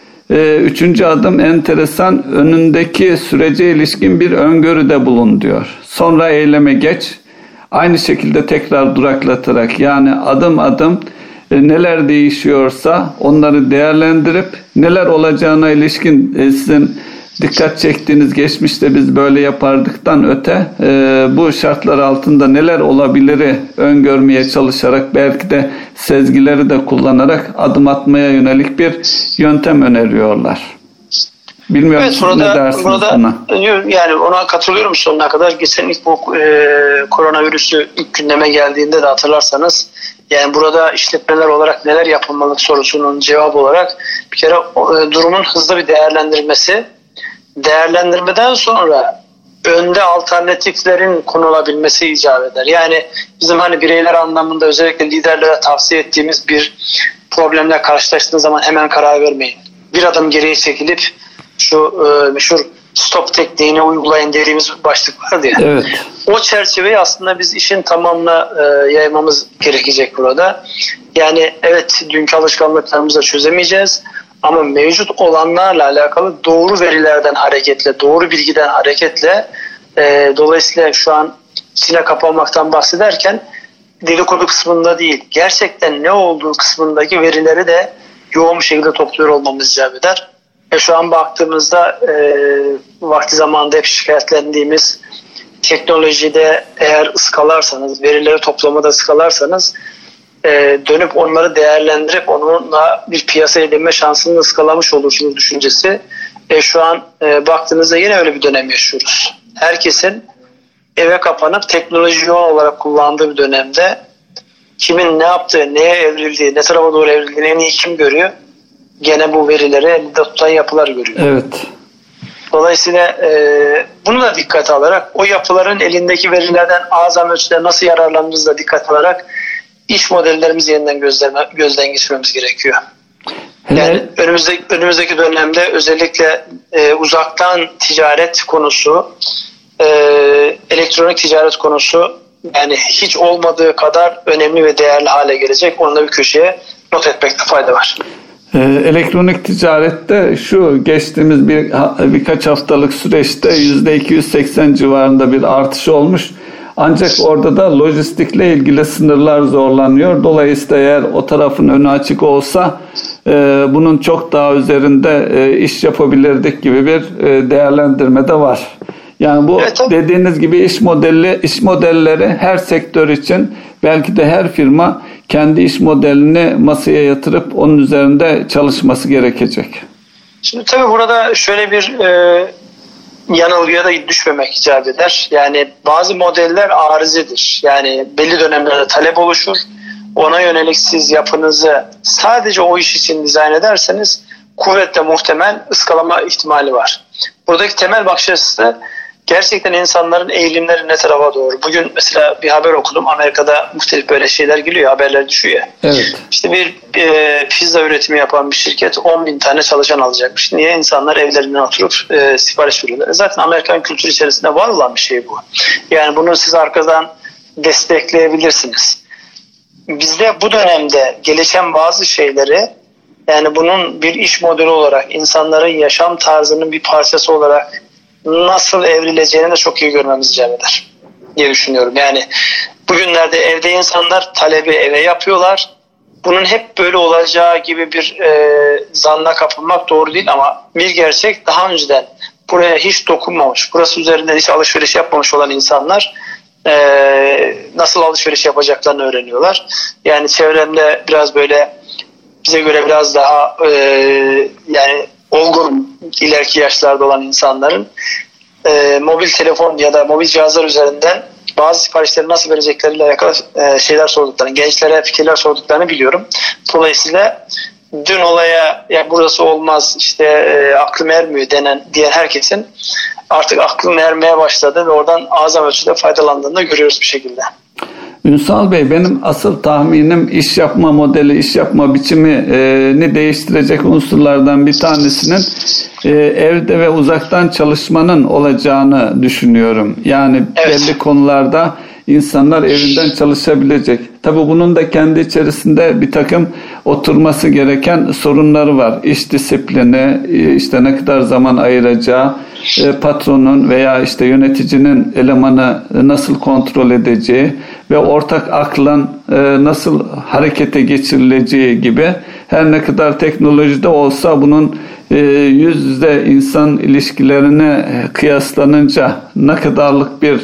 Üçüncü adım enteresan, önündeki sürece ilişkin bir öngörüde bulun diyor. Sonra eyleme geç. Aynı şekilde tekrar duraklatarak, yani adım adım neler değişiyorsa onları değerlendirip neler olacağına ilişkin sizin dikkat çektiğiniz geçmişte biz böyle yapardıktan öte bu şartlar altında neler olabiliri öngörmeye çalışarak, belki de sezgileri de kullanarak adım atmaya yönelik bir yöntem öneriyorlar. Bilmiyorum, evet, ne dersiniz buna? Yani ona katılıyorum sonuna kadar. Geçen ilk bu koronavirüsü ilk gündeme geldiğinde de hatırlarsanız, yani burada işletmeler olarak neler yapılmalı sorusunun cevabı olarak bir kere durumun hızlı bir değerlendirmesi, değerlendirmeden sonra önde alternatiflerin konulabilmesi icap eder. Yani bizim hani bireyler anlamında özellikle liderlere tavsiye ettiğimiz bir problemle karşılaştığınız zaman hemen karar vermeyin. Bir adım geriye çekilip şu meşhur stop tekniğini uygulayın dediğimiz başlık vardı ya. Evet. O çerçeveyi aslında biz işin tamamına yaymamız gerekecek burada. Yani evet, dünkü alışkanlıklarımızı da çözemeyeceğiz ama mevcut olanlarla alakalı doğru verilerden hareketle, doğru bilgiden hareketle dolayısıyla şu an içine kapanmaktan bahsederken dedikodu kısmında değil, gerçekten ne olduğu kısmındaki verileri de yoğun bir şekilde topluyor olmamız icap eder. Şu an baktığımızda vakti zamanında hep şikayetlendiğimiz teknolojide eğer ıskalarsanız, verileri toplamada ıskalarsanız dönüp onları değerlendirip onunla bir piyasa edinme şansını ıskalamış olursunuz düşüncesi. Şu an baktığınızda yine öyle bir dönem yaşıyoruz. Herkesin eve kapanıp teknoloji yoğun olarak kullandığı bir dönemde kimin ne yaptığı, neye evrildiği, ne tarafa doğru evrildiğini en iyi kim görüyor? Gene bu verileri elinde tutan yapılar görüyor. Evet. Dolayısıyla bunu da dikkate alarak, o yapıların elindeki verilerden azami ölçüde nasıl yararlandığımızı da dikkate alarak iş modellerimizi yeniden gözden geçirmemiz gerekiyor. Yani önümüzdeki dönemde özellikle uzaktan ticaret konusu, elektronik ticaret konusu yani hiç olmadığı kadar önemli ve değerli hale gelecek. Onu da bir köşeye not etmekte fayda var. Elektronik ticarette şu geçtiğimiz birkaç haftalık süreçte %280 civarında bir artış olmuş. Ancak orada da lojistikle ilgili sınırlar zorlanıyor. Dolayısıyla eğer o tarafın önü açık olsa bunun çok daha üzerinde iş yapabilirdik gibi bir değerlendirme de var. Yani bu dediğiniz gibi iş modelleri her sektör için, belki de her firma kendi iş modelini masaya yatırıp onun üzerinde çalışması gerekecek. Şimdi tabii burada şöyle bir yanılgıya da düşmemek icap eder. Yani bazı modeller arızidir. Yani belli dönemlerde talep oluşur. Ona yönelik siz yapınızı sadece o iş için dizayn ederseniz kuvvetle muhtemel ıskalama ihtimali var. Buradaki temel bakış açısı gerçekten insanların eğilimleri ne tarafa doğru. Bugün mesela bir haber okudum. Amerika'da muhtelif böyle şeyler geliyor, haberler düşüyor. Evet. İşte bir pizza üretimi yapan bir şirket 10.000 tane çalışan alacakmış. Niye? İnsanlar evlerinden oturup sipariş veriyorlar. Zaten Amerikan kültürü içerisinde var olan bir şey bu. Yani bunu siz arkadan destekleyebilirsiniz. Bizde bu dönemde gelişen bazı şeyleri Yani bunun bir iş modeli olarak, insanların yaşam tarzının bir parçası olarak nasıl evrileceğini de çok iyi görmemiz icap eder diye düşünüyorum. Yani bugünlerde evde insanlar talebi eve yapıyorlar. Bunun hep böyle olacağı gibi bir zanna kapılmak doğru değil ama bir gerçek, daha önceden buraya hiç dokunmamış, burası üzerinden hiç alışveriş yapmamış olan insanlar nasıl alışveriş yapacaklarını öğreniyorlar. Yani çevremde biraz böyle bize göre biraz daha yani olgun, ileriki yaşlarda olan insanların mobil telefon ya da mobil cihazlar üzerinden bazı siparişleri nasıl verecekleriyle alakalı şeyler sorduklarını, gençlere fikirler sorduklarını biliyorum. Dolayısıyla dün olaya ya burası olmaz, işte aklım ermiyor diyen herkesin artık aklım ermeye başladı ve oradan azam ölçüde faydalandığını da görüyoruz bir şekilde. Ünsal Bey, benim asıl tahminim iş yapma modeli, iş yapma biçimini değiştirecek unsurlardan bir tanesinin evde ve uzaktan çalışmanın olacağını düşünüyorum. Yani evet, belli konularda insanlar evinden çalışabilecek. Tabii bunun da kendi içerisinde bir takım oturması gereken sorunları var. İş disiplini, işte ne kadar zaman ayıracağı, patronun veya işte yöneticinin elemanı nasıl kontrol edeceği ve ortak aklın nasıl harekete geçirileceği gibi, her ne kadar teknolojide olsa bunun yüz yüze insan ilişkilerine kıyaslanınca ne kadarlık bir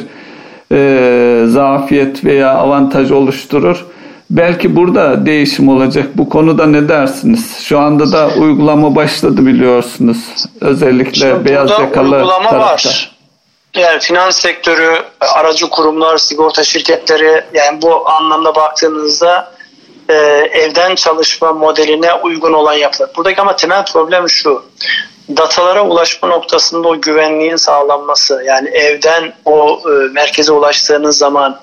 zafiyet veya avantaj oluşturur. Belki burada değişim olacak. Bu konuda ne dersiniz? Şu anda da uygulama başladı biliyorsunuz. Özellikle şimdi beyaz yakalı uygulama tarafta. var. Yani finans sektörü, aracı kurumlar, sigorta şirketleri, yani bu anlamda baktığınızda evden çalışma modeline uygun olan yapılar. Buradaki ama temel problem şu: datalara ulaşma noktasında o güvenliğin sağlanması. Yani evden o merkeze ulaştığınız zaman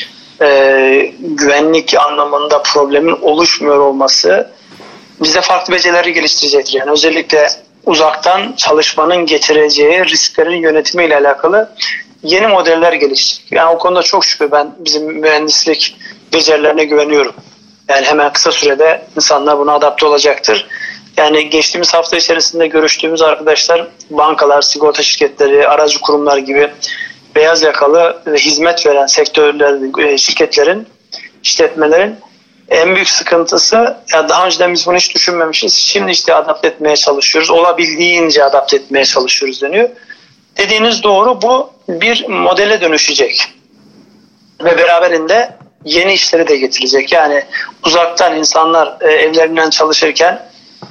güvenlik anlamında problemin oluşmuyor olması bize farklı becerileri geliştirecektir. Yani özellikle uzaktan çalışmanın getireceği risklerin yönetimiyle alakalı yeni modeller geliştirecek. Yani o konuda çok şüphe, ben bizim mühendislik becerilerine güveniyorum. Yani hemen kısa sürede insanlar buna adapte olacaktır. Yani geçtiğimiz hafta içerisinde görüştüğümüz arkadaşlar, bankalar, sigorta şirketleri, aracı kurumlar gibi beyaz yakalı hizmet veren sektörlerin, şirketlerin, işletmelerin en büyük sıkıntısı, ya daha önceden biz bunu hiç düşünmemişiz, şimdi işte adapte etmeye çalışıyoruz, olabildiğince adapte etmeye çalışıyoruz deniyor. Dediğiniz doğru, bu bir modele dönüşecek ve beraberinde yeni işleri de getirecek. Yani uzaktan insanlar evlerinden çalışırken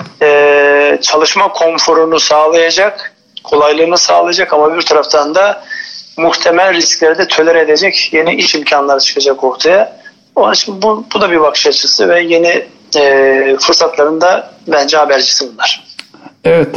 çalışma konforunu sağlayacak, kolaylığını sağlayacak ama bir taraftan da muhtemel riskleri de tolere edecek yeni iş imkanları çıkacak ortaya. Onun için bu da bir bakış açısı ve yeni fırsatların da bence habercisi bunlar. Evet.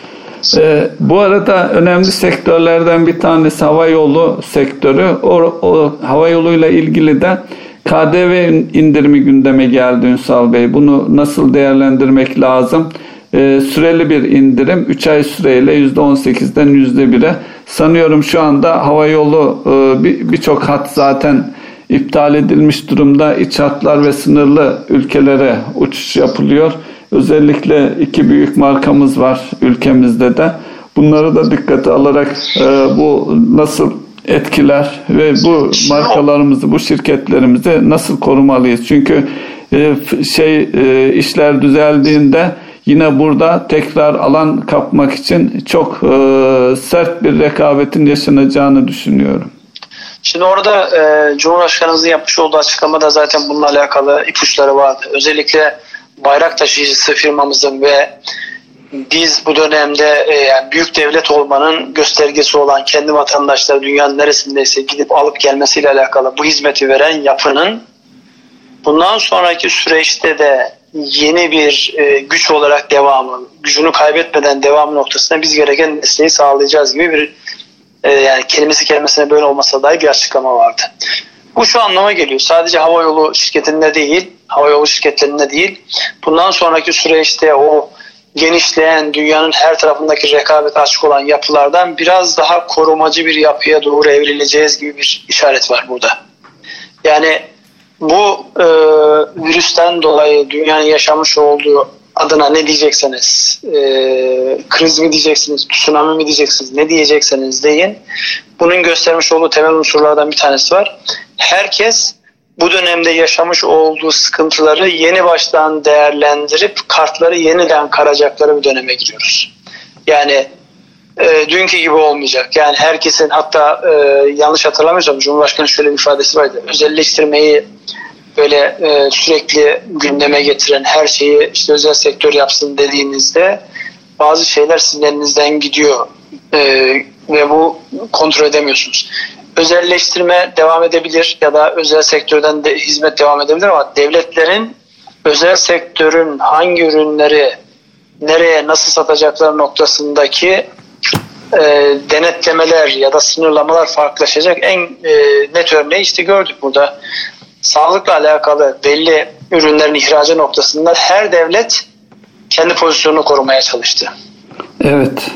Bu arada önemli sektörlerden bir tanesi havayolu sektörü. O havayoluyla ilgili de KDV indirimi gündeme geldi Ünsal Bey. Bunu nasıl değerlendirmek lazım? Süreli bir indirim, 3 ay süreyle %18'den %1'e. Sanıyorum şu anda havayolu birçok hat zaten iptal edilmiş durumda. İç hatlar ve sınırlı ülkelere uçuş yapılıyor. Özellikle 2 büyük markamız var ülkemizde de. Bunları da dikkate alarak bu nasıl etkiler ve bu markalarımızı, bu şirketlerimizi nasıl korumalıyız? Çünkü işler düzeldiğinde yine burada tekrar alan kapmak için çok sert bir rekabetin yaşanacağını düşünüyorum. Şimdi orada Cumhurbaşkanımızın yapmış olduğu açıklamada zaten bununla alakalı ipuçları vardı. Özellikle bayrak taşıyıcısı firmamızın ve biz bu dönemde yani büyük devlet olmanın göstergesi olan kendi vatandaşları dünyanın neresindeyse gidip alıp gelmesiyle alakalı bu hizmeti veren yapının bundan sonraki süreçte de yeni bir güç olarak gücünü kaybetmeden devamı noktasında biz gereken desteği sağlayacağız gibi bir yani kelimesine böyle olmasa dahi bir açıklama vardı. Bu şu anlama geliyor: sadece havayolu şirketinde değil, havayolu şirketlerinde değil, bundan sonraki süreçte o genişleyen dünyanın her tarafındaki rekabete açık olan yapılardan biraz daha korumacı bir yapıya doğru evrileceğiz gibi bir işaret var burada. Yani bu virüsten dolayı dünyanın yaşamış olduğu adına ne diyecekseniz, kriz mi diyeceksiniz, tsunami mi diyeceksiniz, ne diyecekseniz deyin. Bunun göstermiş olduğu temel unsurlardan bir tanesi var. Herkes bu dönemde yaşamış olduğu sıkıntıları yeni baştan değerlendirip kartları yeniden karacakları bir döneme giriyoruz. Yani dünkü gibi olmayacak. Yani herkesin, hatta yanlış hatırlamıyorsam Cumhurbaşkanı şöyle bir ifadesi vardı. Özelleştirmeyi böyle sürekli gündeme getiren, her şeyi işte özel sektör yapsın dediğinizde bazı şeyler sizin elinizden gidiyor ve bu kontrol edemiyorsunuz. Özelleştirme devam edebilir ya da özel sektörden de hizmet devam edebilir ama devletlerin özel sektörün hangi ürünleri nereye nasıl satacakları noktasındaki denetlemeler ya da sınırlamalar farklılaşacak. En net örneği işte gördük burada. Sağlıkla alakalı belli ürünlerin ihracı noktasında her devlet kendi pozisyonunu korumaya çalıştı. Evet.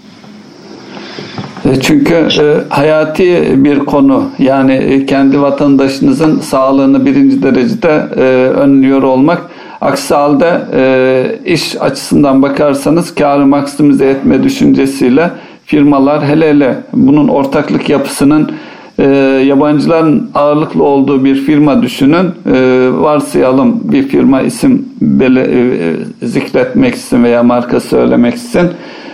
Çünkü hayati bir konu. Yani kendi vatandaşınızın sağlığını birinci derecede önlüyor olmak. Aksi halde iş açısından bakarsanız kârı maksimize etme düşüncesiyle firmalar, hele bunun ortaklık yapısının yabancıların ağırlıklı olduğu bir firma düşünün. Varsayalım bir firma isim zikretmek için veya marka söylemek için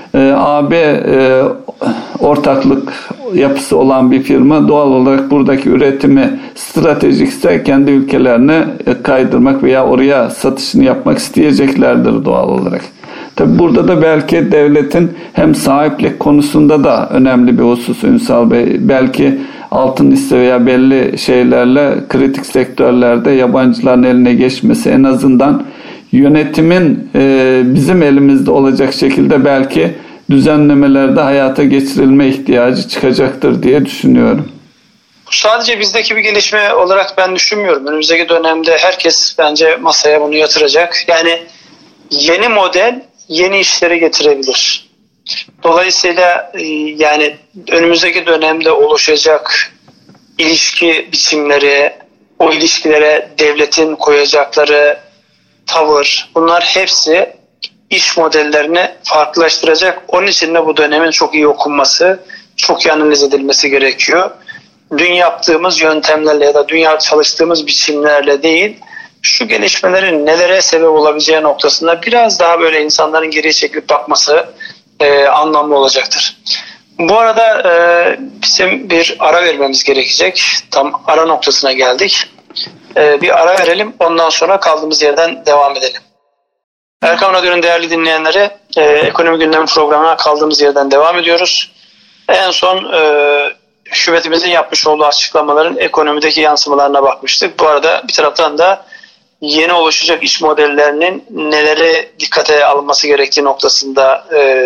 AB ortaklık yapısı olan bir firma doğal olarak buradaki üretimi stratejikse kendi ülkelerine kaydırmak veya oraya satışını yapmak isteyeceklerdir doğal olarak. Tabi burada da belki devletin hem sahiplik konusunda da önemli bir husus Ünsal Bey. Belki altın liste veya belli şeylerle kritik sektörlerde yabancıların eline geçmesi en azından yönetimin bizim elimizde olacak şekilde belki düzenlemelerde hayata geçirilme ihtiyacı çıkacaktır diye düşünüyorum. Bu sadece bizdeki bir gelişme olarak ben düşünmüyorum. Önümüzdeki dönemde herkes bence masaya bunu yatıracak. Yani yeni model yeni işleri getirebilir. Dolayısıyla yani önümüzdeki dönemde oluşacak ilişki biçimleri, o ilişkilere devletin koyacakları tavır, bunlar hepsi iş modellerini farklılaştıracak. Onun için de bu dönemin çok iyi okunması, çok iyi analiz edilmesi gerekiyor. Dün yaptığımız yöntemlerle ya da dünya çalıştığımız biçimlerle değil, şu gelişmelerin nelere sebep olabileceği noktasında biraz daha böyle insanların geriye çekilip bakması anlamlı olacaktır. Bu arada bizim bir ara vermemiz gerekecek. Tam ara noktasına geldik. Bir ara verelim, ondan sonra kaldığımız yerden devam edelim. Erkam Radyo'nun değerli dinleyenleri, Ekonomi Gündemi programına kaldığımız yerden devam ediyoruz. En son hükümetimizin yapmış olduğu açıklamaların ekonomideki yansımalarına bakmıştık. Bu arada bir taraftan da yeni oluşacak iş modellerinin nelere dikkate alınması gerektiği noktasında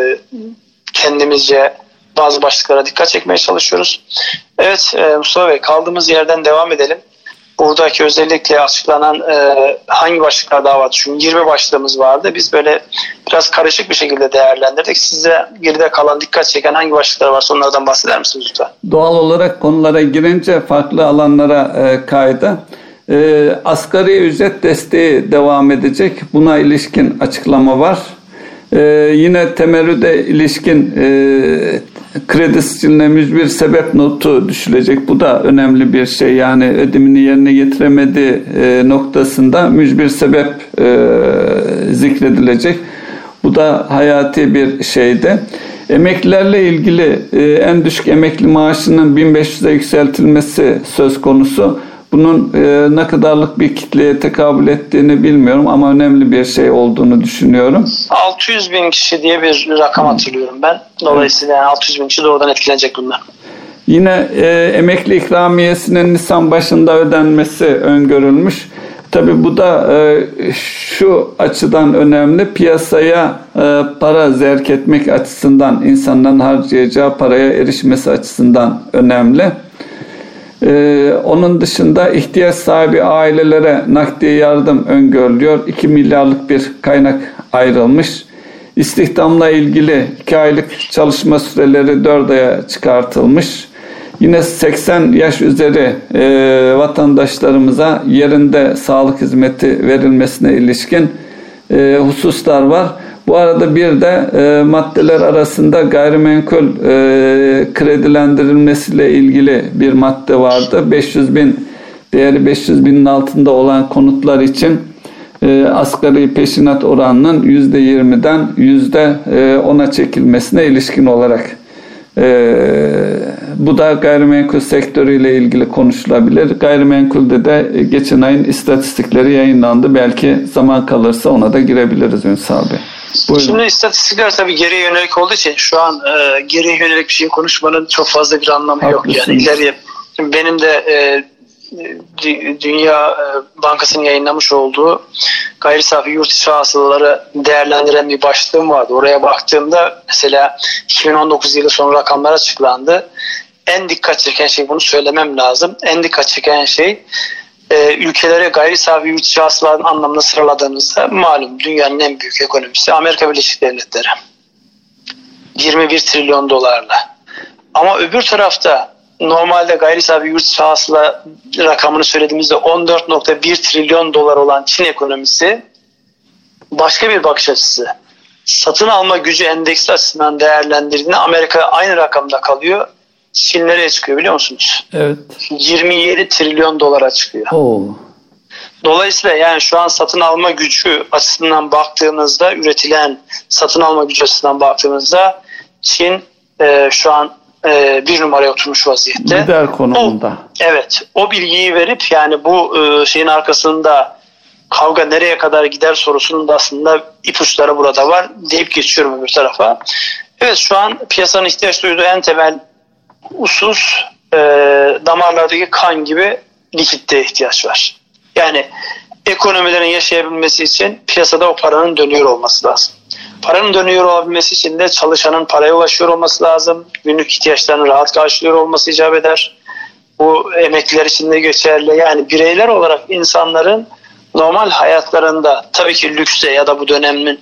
kendimizce bazı başlıklara dikkat çekmeye çalışıyoruz. Evet Mustafa Bey, kaldığımız yerden devam edelim. Buradaki özellikle açıklanan hangi başlıklar daha vardı? Çünkü 20 başlığımız vardı. Biz böyle biraz karışık bir şekilde değerlendirdik. Size geride kalan dikkat çeken hangi başlıklar varsa onlardan bahseder misiniz lütfen? Doğal olarak konulara girince farklı alanlara kaydı. Asgari ücret desteği devam edecek. Buna ilişkin açıklama var. Yine temerrüde ilişkin kredi siciline mücbir sebep notu düşülecek. Bu da önemli bir şey. Yani ödemini yerine getiremediği noktasında mücbir sebep zikredilecek. Bu da hayati bir şeydi. Emeklilerle ilgili en düşük emekli maaşının 1500'e yükseltilmesi söz konusu. Bunun ne kadarlık bir kitleye tekabül ettiğini bilmiyorum ama önemli bir şey olduğunu düşünüyorum. 600 bin kişi diye bir rakam hatırlıyorum ben. Dolayısıyla yani 600 bin kişi doğrudan etkilenecek bunlar. Yine emekli ikramiyesinin Nisan başında ödenmesi öngörülmüş. Tabii bu da şu açıdan önemli. Piyasaya para zerk etmek açısından, insanların harcayacağı paraya erişmesi açısından önemli. Onun dışında ihtiyaç sahibi ailelere nakdi yardım öngörülüyor. 2 milyarlık bir kaynak ayrılmış. İstihdamla ilgili 2 aylık çalışma süreleri 4 aya çıkartılmış. Yine 80 yaş üzeri vatandaşlarımıza yerinde sağlık hizmeti verilmesine ilişkin hususlar var. Bu arada bir de maddeler arasında gayrimenkul kredilendirilmesiyle ilgili bir madde vardı. 500.000 değeri 500.000'in altında olan konutlar için asgari peşinat oranının %20'den %10'a çekilmesine ilişkin olarak bu da gayrimenkul sektörüyle ilgili konuşulabilir. Gayrimenkulde de geçen ayın istatistikleri yayınlandı. Belki zaman kalırsa ona da girebiliriz Ünsal Bey. Buyurun. Şimdi istatistikler tabii geriye yönelik olduğu için şu an geriye yönelik bir şey konuşmanın çok fazla bir anlamı yok. Yani ileriye benim de Dünya Bankası'nın yayınlamış olduğu gayri safi yurt içi hasılaları değerlendiren bir başlığım vardı. Oraya baktığımda mesela 2019 yılı sonu rakamlar açıklandı. En dikkat çeken şey, bunu söylemem lazım. En dikkat çeken şey ülkelere gayri safi yurt içi hasılaların anlamında sıraladığımızda malum dünyanın en büyük ekonomisi Amerika Birleşik Devletleri. 21 trilyon dolarla. Ama öbür tarafta normalde gayri safi yurt içi hasıla rakamını söylediğimizde 14.1 trilyon dolar olan Çin ekonomisi başka bir bakış açısı. Satın alma gücü endeksi açısından değerlendirdiğinde Amerika aynı rakamda kalıyor. Çin nereye çıkıyor biliyor musunuz? Evet. 27 trilyon dolara çıkıyor. Dolayısıyla yani şu an satın alma gücü açısından baktığımızda, üretilen satın alma gücü açısından baktığımızda Çin şu an bir numaraya oturmuş vaziyette. Lider konumunda. Evet. O bilgiyi verip yani bu şeyin arkasında kavga nereye kadar gider sorusunun da aslında ipuçları burada var deyip geçiyorum öbür tarafa. Evet, şu an piyasanın ihtiyaç duyduğu en temel husus damarlardaki kan gibi likidite ihtiyaç var. Yani ekonomilerin yaşayabilmesi için piyasada o paranın dönüyor olması lazım. Paranın dönüyor olabilmesi için de çalışanın paraya ulaşıyor olması lazım. Günlük ihtiyaçlarını rahat karşılıyor olması icap eder. Bu emekliler için de geçerli. Yani bireyler olarak insanların normal hayatlarında tabii ki lükse ya da bu dönemin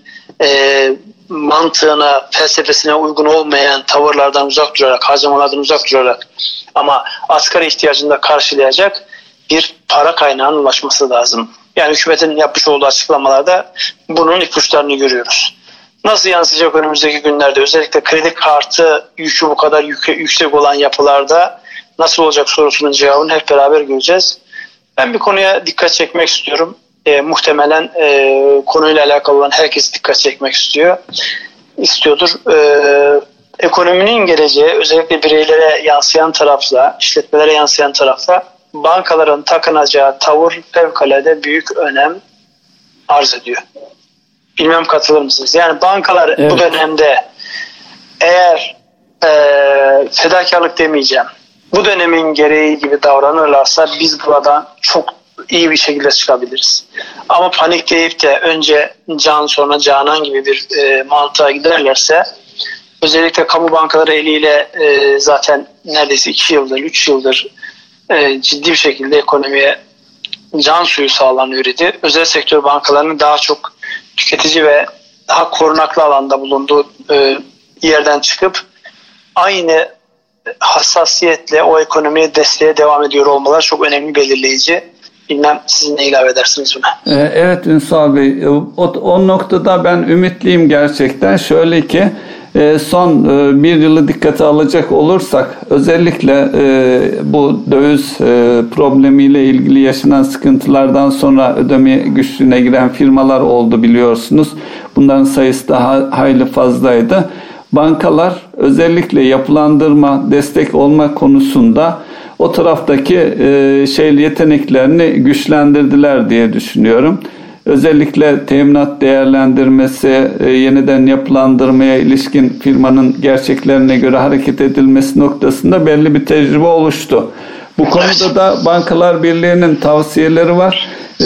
mantığına, felsefesine uygun olmayan tavırlardan uzak durarak, harcamalardan uzak durarak ama asgari ihtiyacını da karşılayacak bir para kaynağının ulaşması lazım. Yani hükümetin yapmış olduğu açıklamalarda bunun ipuçlarını görüyoruz. Nasıl yansıyacak önümüzdeki günlerde, özellikle kredi kartı yükü bu kadar yüksek olan yapılarda nasıl olacak sorusunun cevabını hep beraber göreceğiz. Ben bir konuya dikkat çekmek istiyorum. Muhtemelen konuyla alakalı olan herkes dikkat çekmek istiyordur. Ekonominin geleceği özellikle bireylere yansıyan tarafla, işletmelere yansıyan tarafla bankaların takınacağı tavır fevkalade büyük önem arz ediyor. Bilmem katılır mısınız? Yani bankalar bu dönemde eğer fedakarlık demeyeceğim, bu dönemin gereği gibi davranırlarsa biz buradan çok iyi bir şekilde çıkabiliriz. Ama panikleyip de önce can sonra canan gibi bir mantığa giderlerse, özellikle kamu bankaları eliyle zaten neredeyse 2 yıldır, 3 yıldır ciddi bir şekilde ekonomiye can suyu sağlanıyor idi. Özel sektör bankalarının daha çok tüketici ve daha korunaklı alanda bulunduğu yerden çıkıp aynı hassasiyetle o ekonomiye desteğe devam ediyor olmaları çok önemli, belirleyici. Bilmem siz ne ilave edersiniz buna? Evet Ünsal Bey, o noktada ben ümitliyim gerçekten. Şöyle ki son bir yılı dikkate alacak olursak özellikle bu döviz problemiyle ilgili yaşanan sıkıntılardan sonra ödeme güçlüğüne giren firmalar oldu biliyorsunuz. Bunların sayısı daha hayli fazlaydı. Bankalar özellikle yapılandırma, destek olma konusunda o taraftaki yeteneklerini güçlendirdiler diye düşünüyorum. Özellikle teminat değerlendirmesi, yeniden yapılandırmaya ilişkin firmanın gerçeklerine göre hareket edilmesi noktasında belli bir tecrübe oluştu. Bu konuda da Bankalar Birliği'nin tavsiyeleri var.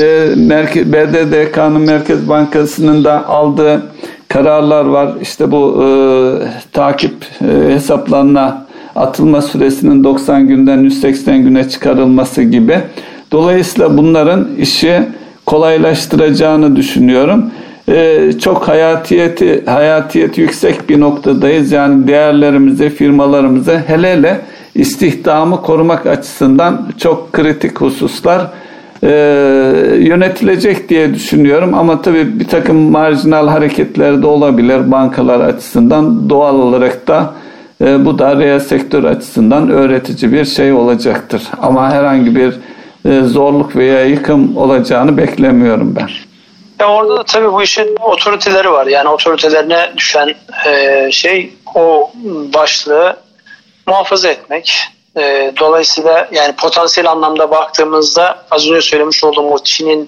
BDDK'nın Merkez Bankası'nın da aldığı kararlar var. İşte bu takip hesaplarına atılma süresinin 90 günden 180 güne çıkarılması gibi. Dolayısıyla bunların işi kolaylaştıracağını düşünüyorum. Çok hayatiyeti yüksek bir noktadayız. Yani değerlerimizi, firmalarımızı, hele istihdamı korumak açısından çok kritik hususlar. yönetilecek diye düşünüyorum. Ama tabii bir takım marjinal hareketler de olabilir bankalar açısından. Doğal olarak da bu da reel sektör açısından öğretici bir şey olacaktır. Ama herhangi bir zorluk veya yıkım olacağını beklemiyorum ben. Orada da tabii bu işin otoriteleri var. Yani otoritelerine düşen şey o başlığı muhafaza etmek. Dolayısıyla yani potansiyel anlamda baktığımızda az önce söylemiş olduğum o Çin'in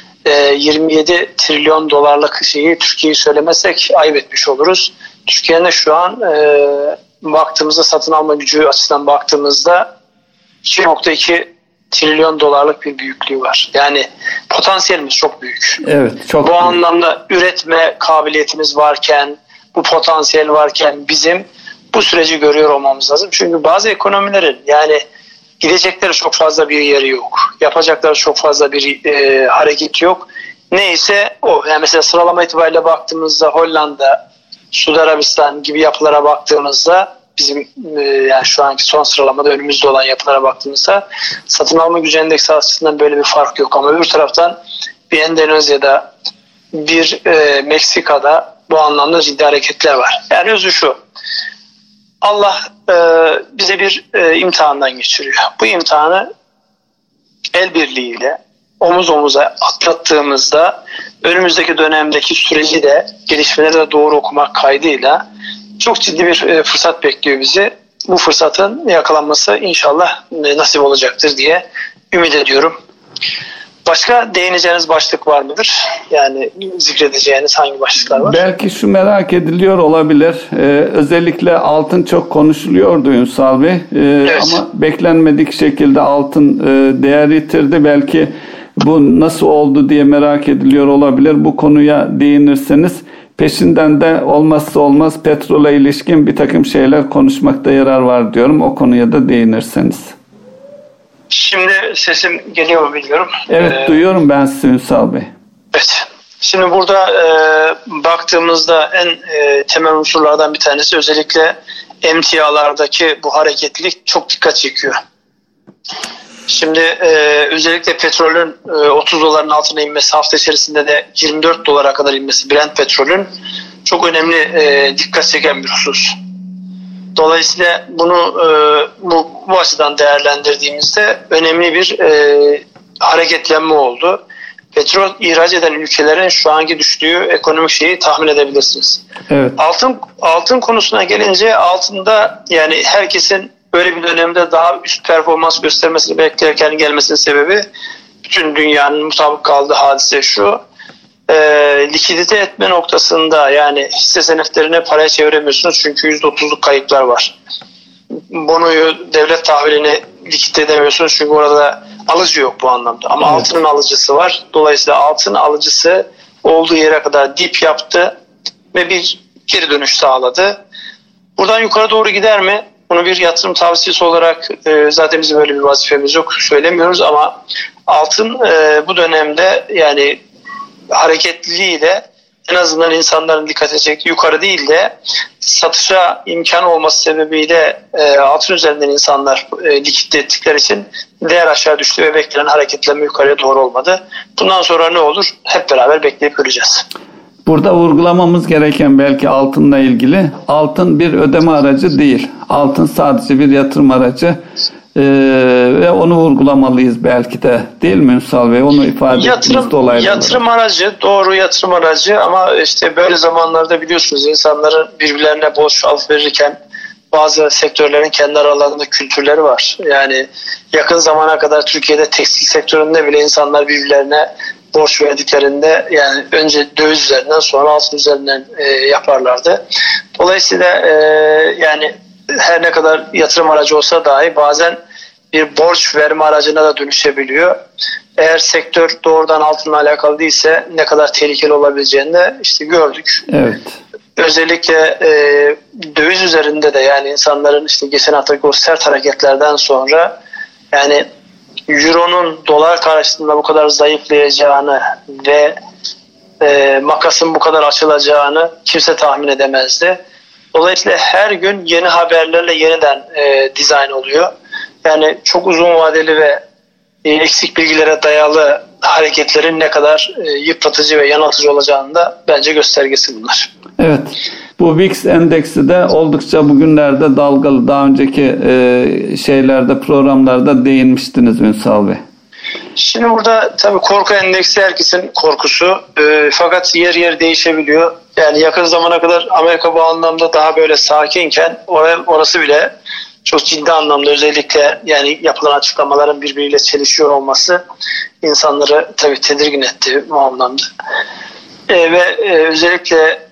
27 trilyon dolarlık şeyi Türkiye'yi söylemesek ayıp etmiş oluruz. Türkiye'nin de şu an baktığımızda satın alma gücü açısından baktığımızda 2,2 trilyon dolarlık bir büyüklüğü var. Yani potansiyelimiz çok büyük. Evet, çok bu büyük. anlamda üretme kabiliyetimiz varken, bu potansiyel varken bizim bu süreci görüyor olmamız lazım. Çünkü bazı ekonomilerin yani gidecekleri çok fazla bir yeri yok. Yapacakları çok fazla bir hareket yok. Neyse o. Yani mesela sıralama itibariyle baktığımızda Hollanda, Suudi Arabistan gibi yapılara baktığımızda bizim yani şu anki son sıralamada önümüzde olan yapılara baktığımızda satın alma gücü endeksi açısından böyle bir fark yok. Ama öbür taraftan bir Endonezya'da, bir Meksika'da bu anlamda ciddi hareketler var. Yani özü şu. Allah bize bir imtihandan geçiriyor. Bu imtihanı el birliğiyle omuz omuza atlattığımızda önümüzdeki dönemdeki süreci de gelişmeleri de doğru okumak kaydıyla çok ciddi bir fırsat bekliyor bizi. Bu fırsatın yakalanması inşallah nasip olacaktır diye ümit ediyorum. Başka değineceğiniz başlık var mıdır? Yani zikredeceğiniz hangi başlıklar var? Belki şu merak ediliyor olabilir. Özellikle altın çok konuşuluyordu Ünsal Bey. Evet. Ama beklenmedik şekilde altın değer yitirdi. Belki bu nasıl oldu diye merak ediliyor olabilir. Bu konuya değinirseniz peşinden de olmazsa olmaz petrole ilişkin bir takım şeyler konuşmakta yarar var diyorum. O konuya da değinirseniz. Şimdi sesim geliyor mu bilmiyorum. Evet, duyuyorum ben sizi Ünsal Bey. Evet. Şimdi burada baktığımızda en temel unsurlardan bir tanesi özellikle emtialardaki bu hareketlilik çok dikkat çekiyor. Şimdi özellikle petrolün 30 doların altına inmesi, hafta içerisinde de 24 dolara kadar inmesi Brent petrolün çok önemli dikkat çeken bir husus. Dolayısıyla bunu bu açıdan değerlendirdiğimizde önemli bir hareketlenme oldu. Petrol ihraç eden ülkelerin şu anki düştüğü ekonomik şeyi tahmin edebilirsiniz. Evet. Altın konusuna gelince altında yani herkesin böyle bir dönemde daha üst performans göstermesini beklerken gelmesinin sebebi bütün dünyanın mutabık kaldığı hadise şu. Likidite etme noktasında yani hisse senetlerine paraya çeviremiyorsunuz çünkü %30'luk kayıplar var. Bonoyu, devlet tahvilini likidite edemiyorsunuz çünkü orada alıcı yok bu anlamda. Ama evet, altının alıcısı var. Dolayısıyla altın alıcısı olduğu yere kadar dip yaptı ve bir geri dönüş sağladı. Buradan yukarı doğru gider mi? Bunu bir yatırım tavsiyesi olarak zaten bizim öyle bir vazifemiz yok söylemiyoruz ama altın bu dönemde yani hareketliliğiyle en azından insanların dikkatini çekti. Yukarı değil de satışa imkan olması sebebiyle altın üzerinden insanlar likitte ettikleri için değer aşağı düştü ve beklenen hareketlenme yukarıya doğru olmadı. Bundan sonra ne olur? Hep beraber bekleyip göreceğiz. Burada vurgulamamız gereken belki altınla ilgili altın bir ödeme aracı değil. Altın sadece bir yatırım aracı. Ve onu vurgulamalıyız belki de değil mi Ünsal Bey? Onu ifade ettiğimiz dolaylı yatırım aracı, doğru yatırım aracı ama işte böyle zamanlarda biliyorsunuz insanların birbirlerine borç alıp verirken bazı sektörlerin kendi aralarında kültürleri var. Yani yakın zamana kadar Türkiye'de tekstil sektöründe bile insanlar birbirlerine borç verdiklerinde yani önce döviz üzerinden sonra altın üzerinden yaparlardı. Dolayısıyla yani her ne kadar yatırım aracı olsa dahi bazen bir borç verme aracına da dönüşebiliyor. Eğer sektör doğrudan altınla alakalı değilse ne kadar tehlikeli olabileceğini de işte gördük. Evet. Özellikle döviz üzerinde de yani insanların işte geçen haftaki o sert hareketlerden sonra yani Euro'nun dolar karşısında bu kadar zayıflayacağını ve makasın bu kadar açılacağını kimse tahmin edemezdi. Dolayısıyla her gün yeni haberlerle yeniden dizayn oluyor. Yani çok uzun vadeli ve eksik bilgilere dayalı hareketlerin ne kadar yıpratıcı ve yanıltıcı olacağını da bence göstergesi bunlar. Evet. Bu VIX endeksi de oldukça bugünlerde dalgalı. Daha önceki programlarda değinmiştiniz Ünsal Bey. Şimdi burada tabii korku endeksi herkesin korkusu. Fakat yer yer değişebiliyor. Yani yakın zamana kadar Amerika bu anlamda daha böyle sakinken orası bile çok ciddi anlamda, özellikle yani yapılan açıklamaların birbiriyle çelişiyor olması insanları tabii tedirgin etti bu anlamda. Ve özellikle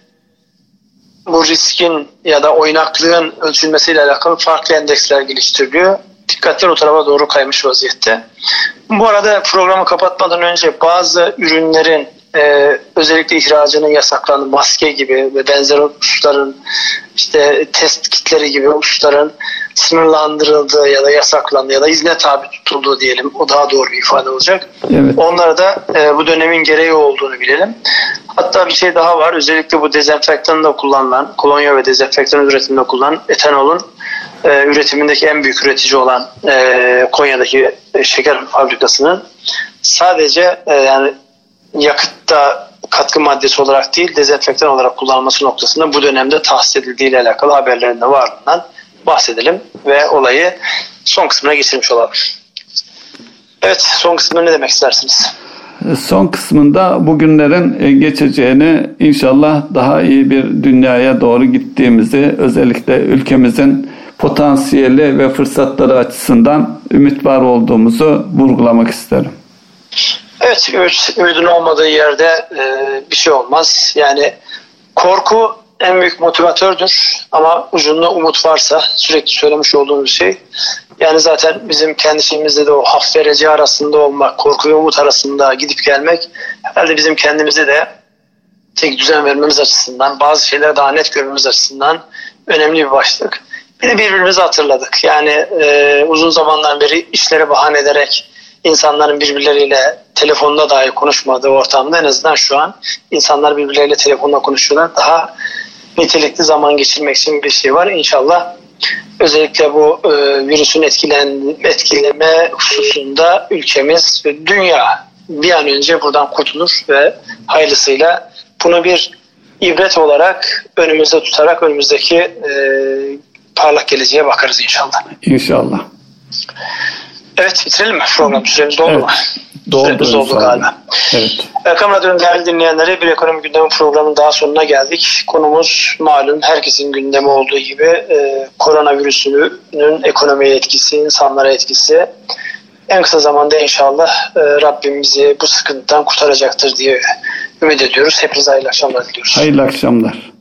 bu riskin ya da oynaklığın ölçülmesiyle alakalı farklı endeksler geliştiriliyor. Dikkatler o tarafa doğru kaymış vaziyette. Bu arada programı kapatmadan önce bazı ürünlerin özellikle ihracının yasaklandığı, maske gibi ve benzer hususların, işte test kitleri gibi hususların sınırlandırıldığı ya da yasaklandığı ya da izne tabi tutulduğu diyelim. O daha doğru bir ifade olacak. Evet. Onlara da bu dönemin gereği olduğunu bilelim. Hatta bir şey daha var. Özellikle bu dezenfektanında kullanılan, kolonya ve dezenfektan üretiminde kullanılan etanolun üretimindeki en büyük üretici olan Konya'daki şeker fabrikasının sadece yani yakıtta katkı maddesi olarak değil, dezenfektan olarak kullanılması noktasında bu dönemde tahsis edildiği ile alakalı haberlerinde varlığından bahsedelim ve olayı son kısmına geçirmiş olalım. Evet, son kısmında ne demek istersiniz? Son kısmında bugünlerin geçeceğini, inşallah daha iyi bir dünyaya doğru gittiğimizi, özellikle ülkemizin potansiyeli ve fırsatları açısından ümit var olduğumuzu vurgulamak isterim. Evet, ümidin olmadığı yerde bir şey olmaz. Yani korku en büyük motivatördür ama ucunda umut varsa, sürekli söylemiş olduğum bir şey. Yani zaten bizim kendi şeyimizde de o haf vereci arasında olmak, korku ve umut arasında gidip gelmek herhalde bizim kendimize de tek düzen vermemiz açısından, bazı şeyleri daha net görmemiz açısından önemli bir başlık. Bir de birbirimizi hatırladık. Yani uzun zamandan beri işleri bahane ederek insanların birbirleriyle telefonda dahi konuşmadığı ortamda en azından şu an insanlar birbirleriyle telefonda konuşuyorlar. Daha nitelikli zaman geçirmek için bir şey var. İnşallah özellikle bu virüsün etkileme hususunda ülkemiz ve dünya bir an önce buradan kurtulur ve hayırlısıyla bunu bir ibret olarak önümüzde tutarak önümüzdeki parlak geleceğe bakarız inşallah. İnşallah. Evet, bitirelim mi program? Süremiz doldu mu? Süremiz doldu galiba. Evet. Erkam Radyo'nun değerli dinleyenleri, bir ekonomi gündemi programının daha sonuna geldik. Konumuz malum herkesin gündemi olduğu gibi koronavirüsünün ekonomiye etkisi, insanlara etkisi. En kısa zamanda inşallah Rabbim bizi bu sıkıntıdan kurtaracaktır diye ümit ediyoruz. Hepinize hayırlı akşamlar diliyoruz. Hayırlı akşamlar.